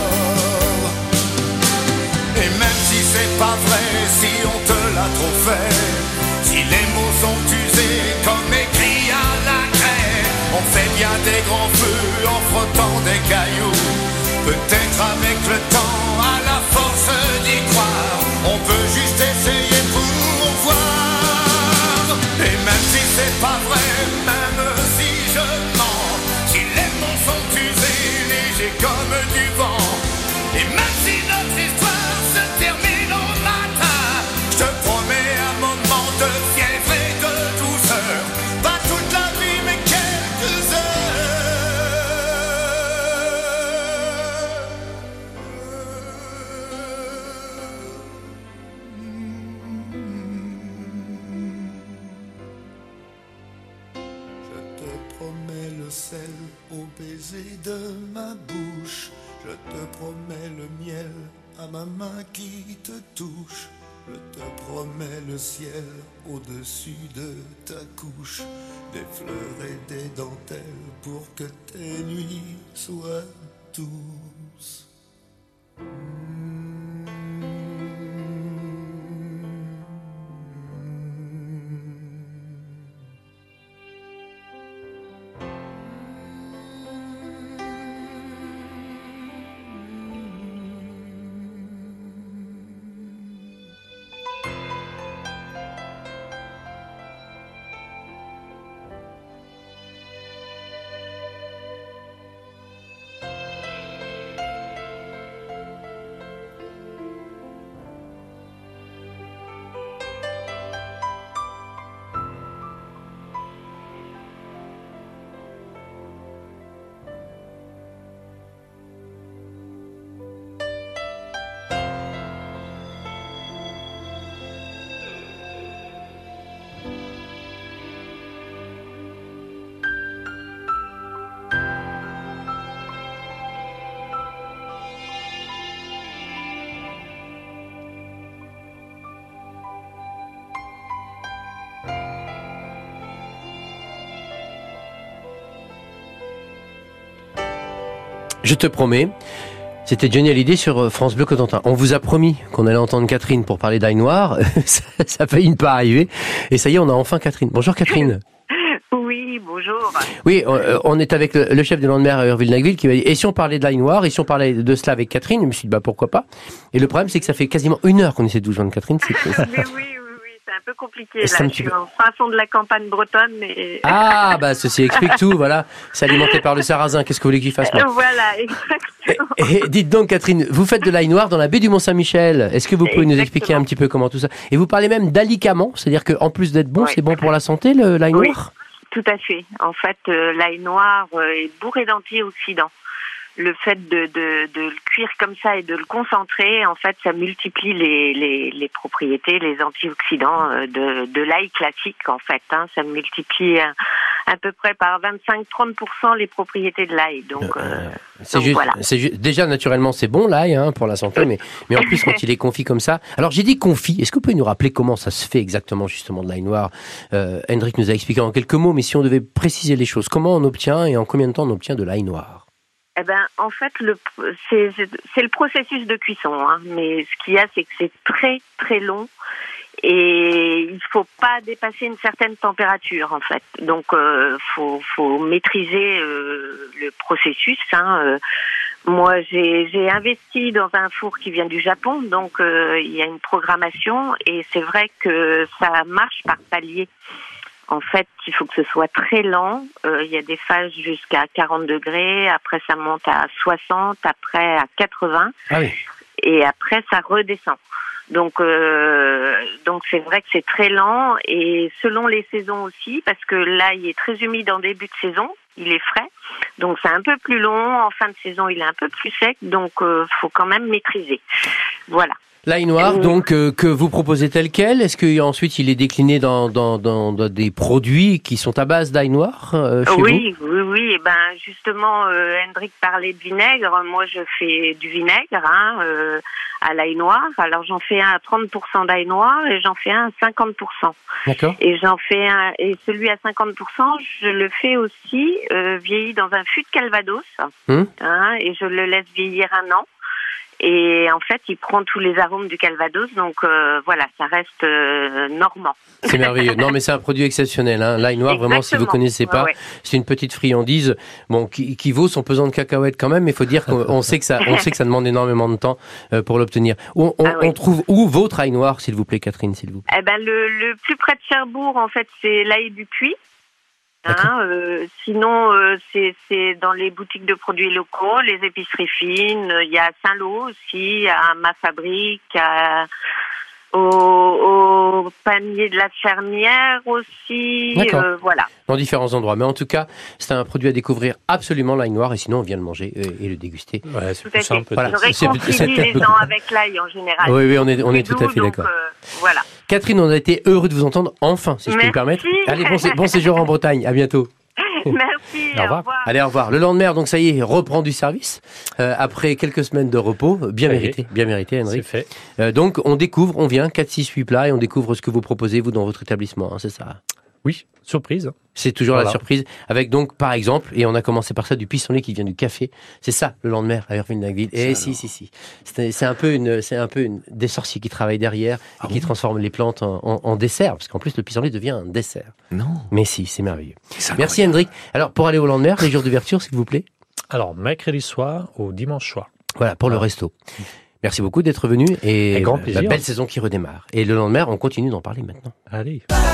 Speaker 15: Et même si c'est pas vrai, si on te l'a trop fait, si les mots sont usés comme écrits à la craie, on fait bien des grands feux en frottant des cailloux. Peut-être avec le temps, à la force d'y croire, on peut juste essayer pour voir. Et même si c'est pas vrai, même si je mens, si les mots sont usés, légers comme du vent, et même si notre histoire se termine au matin, je te promets un moment de fièvre et de douceur. Pas toute la vie mais quelques heures. Je te promets le sel au baiser de ma bouche. Je te promets le miel à ma main qui te touche. Je te promets le ciel au-dessus de ta couche. Des fleurs et des dentelles pour que tes nuits soient douces.
Speaker 2: Je te promets. C'était Johnny Hallyday sur France Bleu Cotentin. On vous a promis qu'on allait entendre Catherine pour parler d'Ail Noir. Ça a failli ne pas arriver. Et ça y est, on a enfin Catherine. Bonjour Catherine.
Speaker 16: Oui, bonjour.
Speaker 2: Oui, on est avec le chef de Landemer à Urville-Nacqueville qui m'a dit, et si on parlait de l'Ail Noir, et si on parlait de cela avec Catherine? Je me suis dit, pourquoi pas. Et le problème, c'est que ça fait quasiment 1 heure qu'on essaie de vous joindre Catherine.
Speaker 16: Mais oui, c'est un peu compliqué. Là, je suis en fin fond de la campagne bretonne. Mais...
Speaker 2: Ah, ceci explique tout, voilà. C'est alimenté par le sarrasin. Qu'est-ce que vous voulez qu'il fasse, moi?
Speaker 16: Voilà, exactement.
Speaker 2: Et dites donc, Catherine, vous faites de l'ail noir dans la baie du Mont-Saint-Michel. Est-ce que vous pouvez nous expliquer un petit peu comment tout ça? Et vous parlez même d'alicament, c'est-à-dire qu'en plus d'être bon, c'est bon pour la santé, l'ail noir?
Speaker 16: Tout à fait. En fait, l'ail noir est bourré d'antioxydants. Le fait de le cuire comme ça et de le concentrer, en fait, ça multiplie les propriétés, les antioxydants de l'ail classique, en fait. Ça multiplie à peu près par 25-30% les propriétés de l'ail. Donc, voilà.
Speaker 2: Déjà, naturellement, c'est bon l'ail pour la santé, mais en plus, quand il est confit comme ça. Alors, j'ai dit confit. Est-ce que vous pouvez nous rappeler comment ça se fait exactement, justement, de l'ail noir? Hendrik nous a expliqué en quelques mots, mais si on devait préciser les choses, comment on obtient et en combien de temps on obtient de l'ail noir?
Speaker 16: Eh ben, en fait, c'est le processus de cuisson, mais ce qu'il y a, c'est que c'est très très long et il faut pas dépasser une certaine température, en fait. Donc, faut maîtriser le processus. Moi, j'ai investi dans un four qui vient du Japon, donc il y a une programmation et c'est vrai que ça marche par palier. En fait, il faut que ce soit très lent. Il y a des phases jusqu'à 40 degrés. Après, ça monte à 60. Après, à 80. Ah oui. Et après, ça redescend. Donc c'est vrai que c'est très lent. Et selon les saisons aussi, parce que là, il est très humide en début de saison. Il est frais. Donc, c'est un peu plus long. En fin de saison, il est un peu plus sec. Donc, faut quand même maîtriser. Voilà.
Speaker 2: L'ail noir, donc, que vous proposez tel quel, est-ce qu'ensuite il est décliné dans des produits qui sont à base d'ail noir chez vous?
Speaker 16: Oui. Et justement, Hendrik parlait de vinaigre. Moi, je fais du vinaigre à l'ail noir. Alors, j'en fais un à 30% d'ail noir et j'en fais un à 50%.
Speaker 2: D'accord.
Speaker 16: Et et celui à 50%, je le fais aussi vieilli dans un fût de Calvados. Et je le laisse vieillir 1 an. Et en fait, il prend tous les arômes du Calvados, donc voilà, ça reste normand.
Speaker 2: C'est merveilleux. Non, mais c'est un produit exceptionnel. L'ail noir, vraiment, si vous connaissez pas, c'est une petite friandise, qui vaut son pesant de cacahuètes quand même. Mais il faut dire qu'on sait que ça demande énormément de temps pour l'obtenir. On trouve où votre ail noir, s'il vous plaît, Catherine, s'il vous plaît?
Speaker 16: Eh ben, le plus près de Cherbourg, en fait, c'est l'ail du Puy. Sinon, c'est dans les boutiques de produits locaux, les épiceries fines. Il y a Saint-Lô aussi, à Ma Fabrique, au panier de la fermière aussi. Voilà.
Speaker 2: Dans différents endroits. Mais en tout cas, c'est un produit à découvrir absolument, l'ail noir. Et sinon, on vient le manger et le déguster.
Speaker 3: Ouais, c'est plus simple.
Speaker 16: Voilà. Je réconcilie les gens avec l'ail en général.
Speaker 2: Oui, on est tout à fait d'accord.
Speaker 16: Voilà.
Speaker 2: Catherine, on a été heureux de vous entendre enfin, si je peux me permettre. Allez, bon séjour en Bretagne. À bientôt.
Speaker 16: Merci. Au revoir.
Speaker 2: Allez, au revoir. Le Landemer, donc ça y est, reprend du service après quelques semaines de repos, bien mérité, Hendrik.
Speaker 3: C'est fait.
Speaker 2: Donc on découvre, on vient 4, 6, 8 plats et on découvre ce que vous proposez vous dans votre établissement, c'est ça?
Speaker 3: Oui, surprise.
Speaker 2: C'est toujours la surprise. Avec donc, par exemple, et on a commencé par ça, du pissenlit qui vient du café. C'est ça, le Landemer à Urville-Nacqueville. Et si. C'est un peu des sorciers qui travaillent derrière et qui transforment les plantes en dessert. Parce qu'en plus, le pissenlit devient un dessert.
Speaker 1: Non.
Speaker 2: Mais si, c'est merveilleux. Merci, Hendrik. Alors, pour aller au Landemer, les jours d'ouverture, s'il vous plaît.
Speaker 3: Alors, mercredi soir au dimanche soir.
Speaker 2: Voilà, pour le resto. Merci beaucoup d'être venu et
Speaker 3: grand plaisir.
Speaker 2: Belle saison qui redémarre. Et le Landemer, on continue d'en parler maintenant.
Speaker 3: Allez.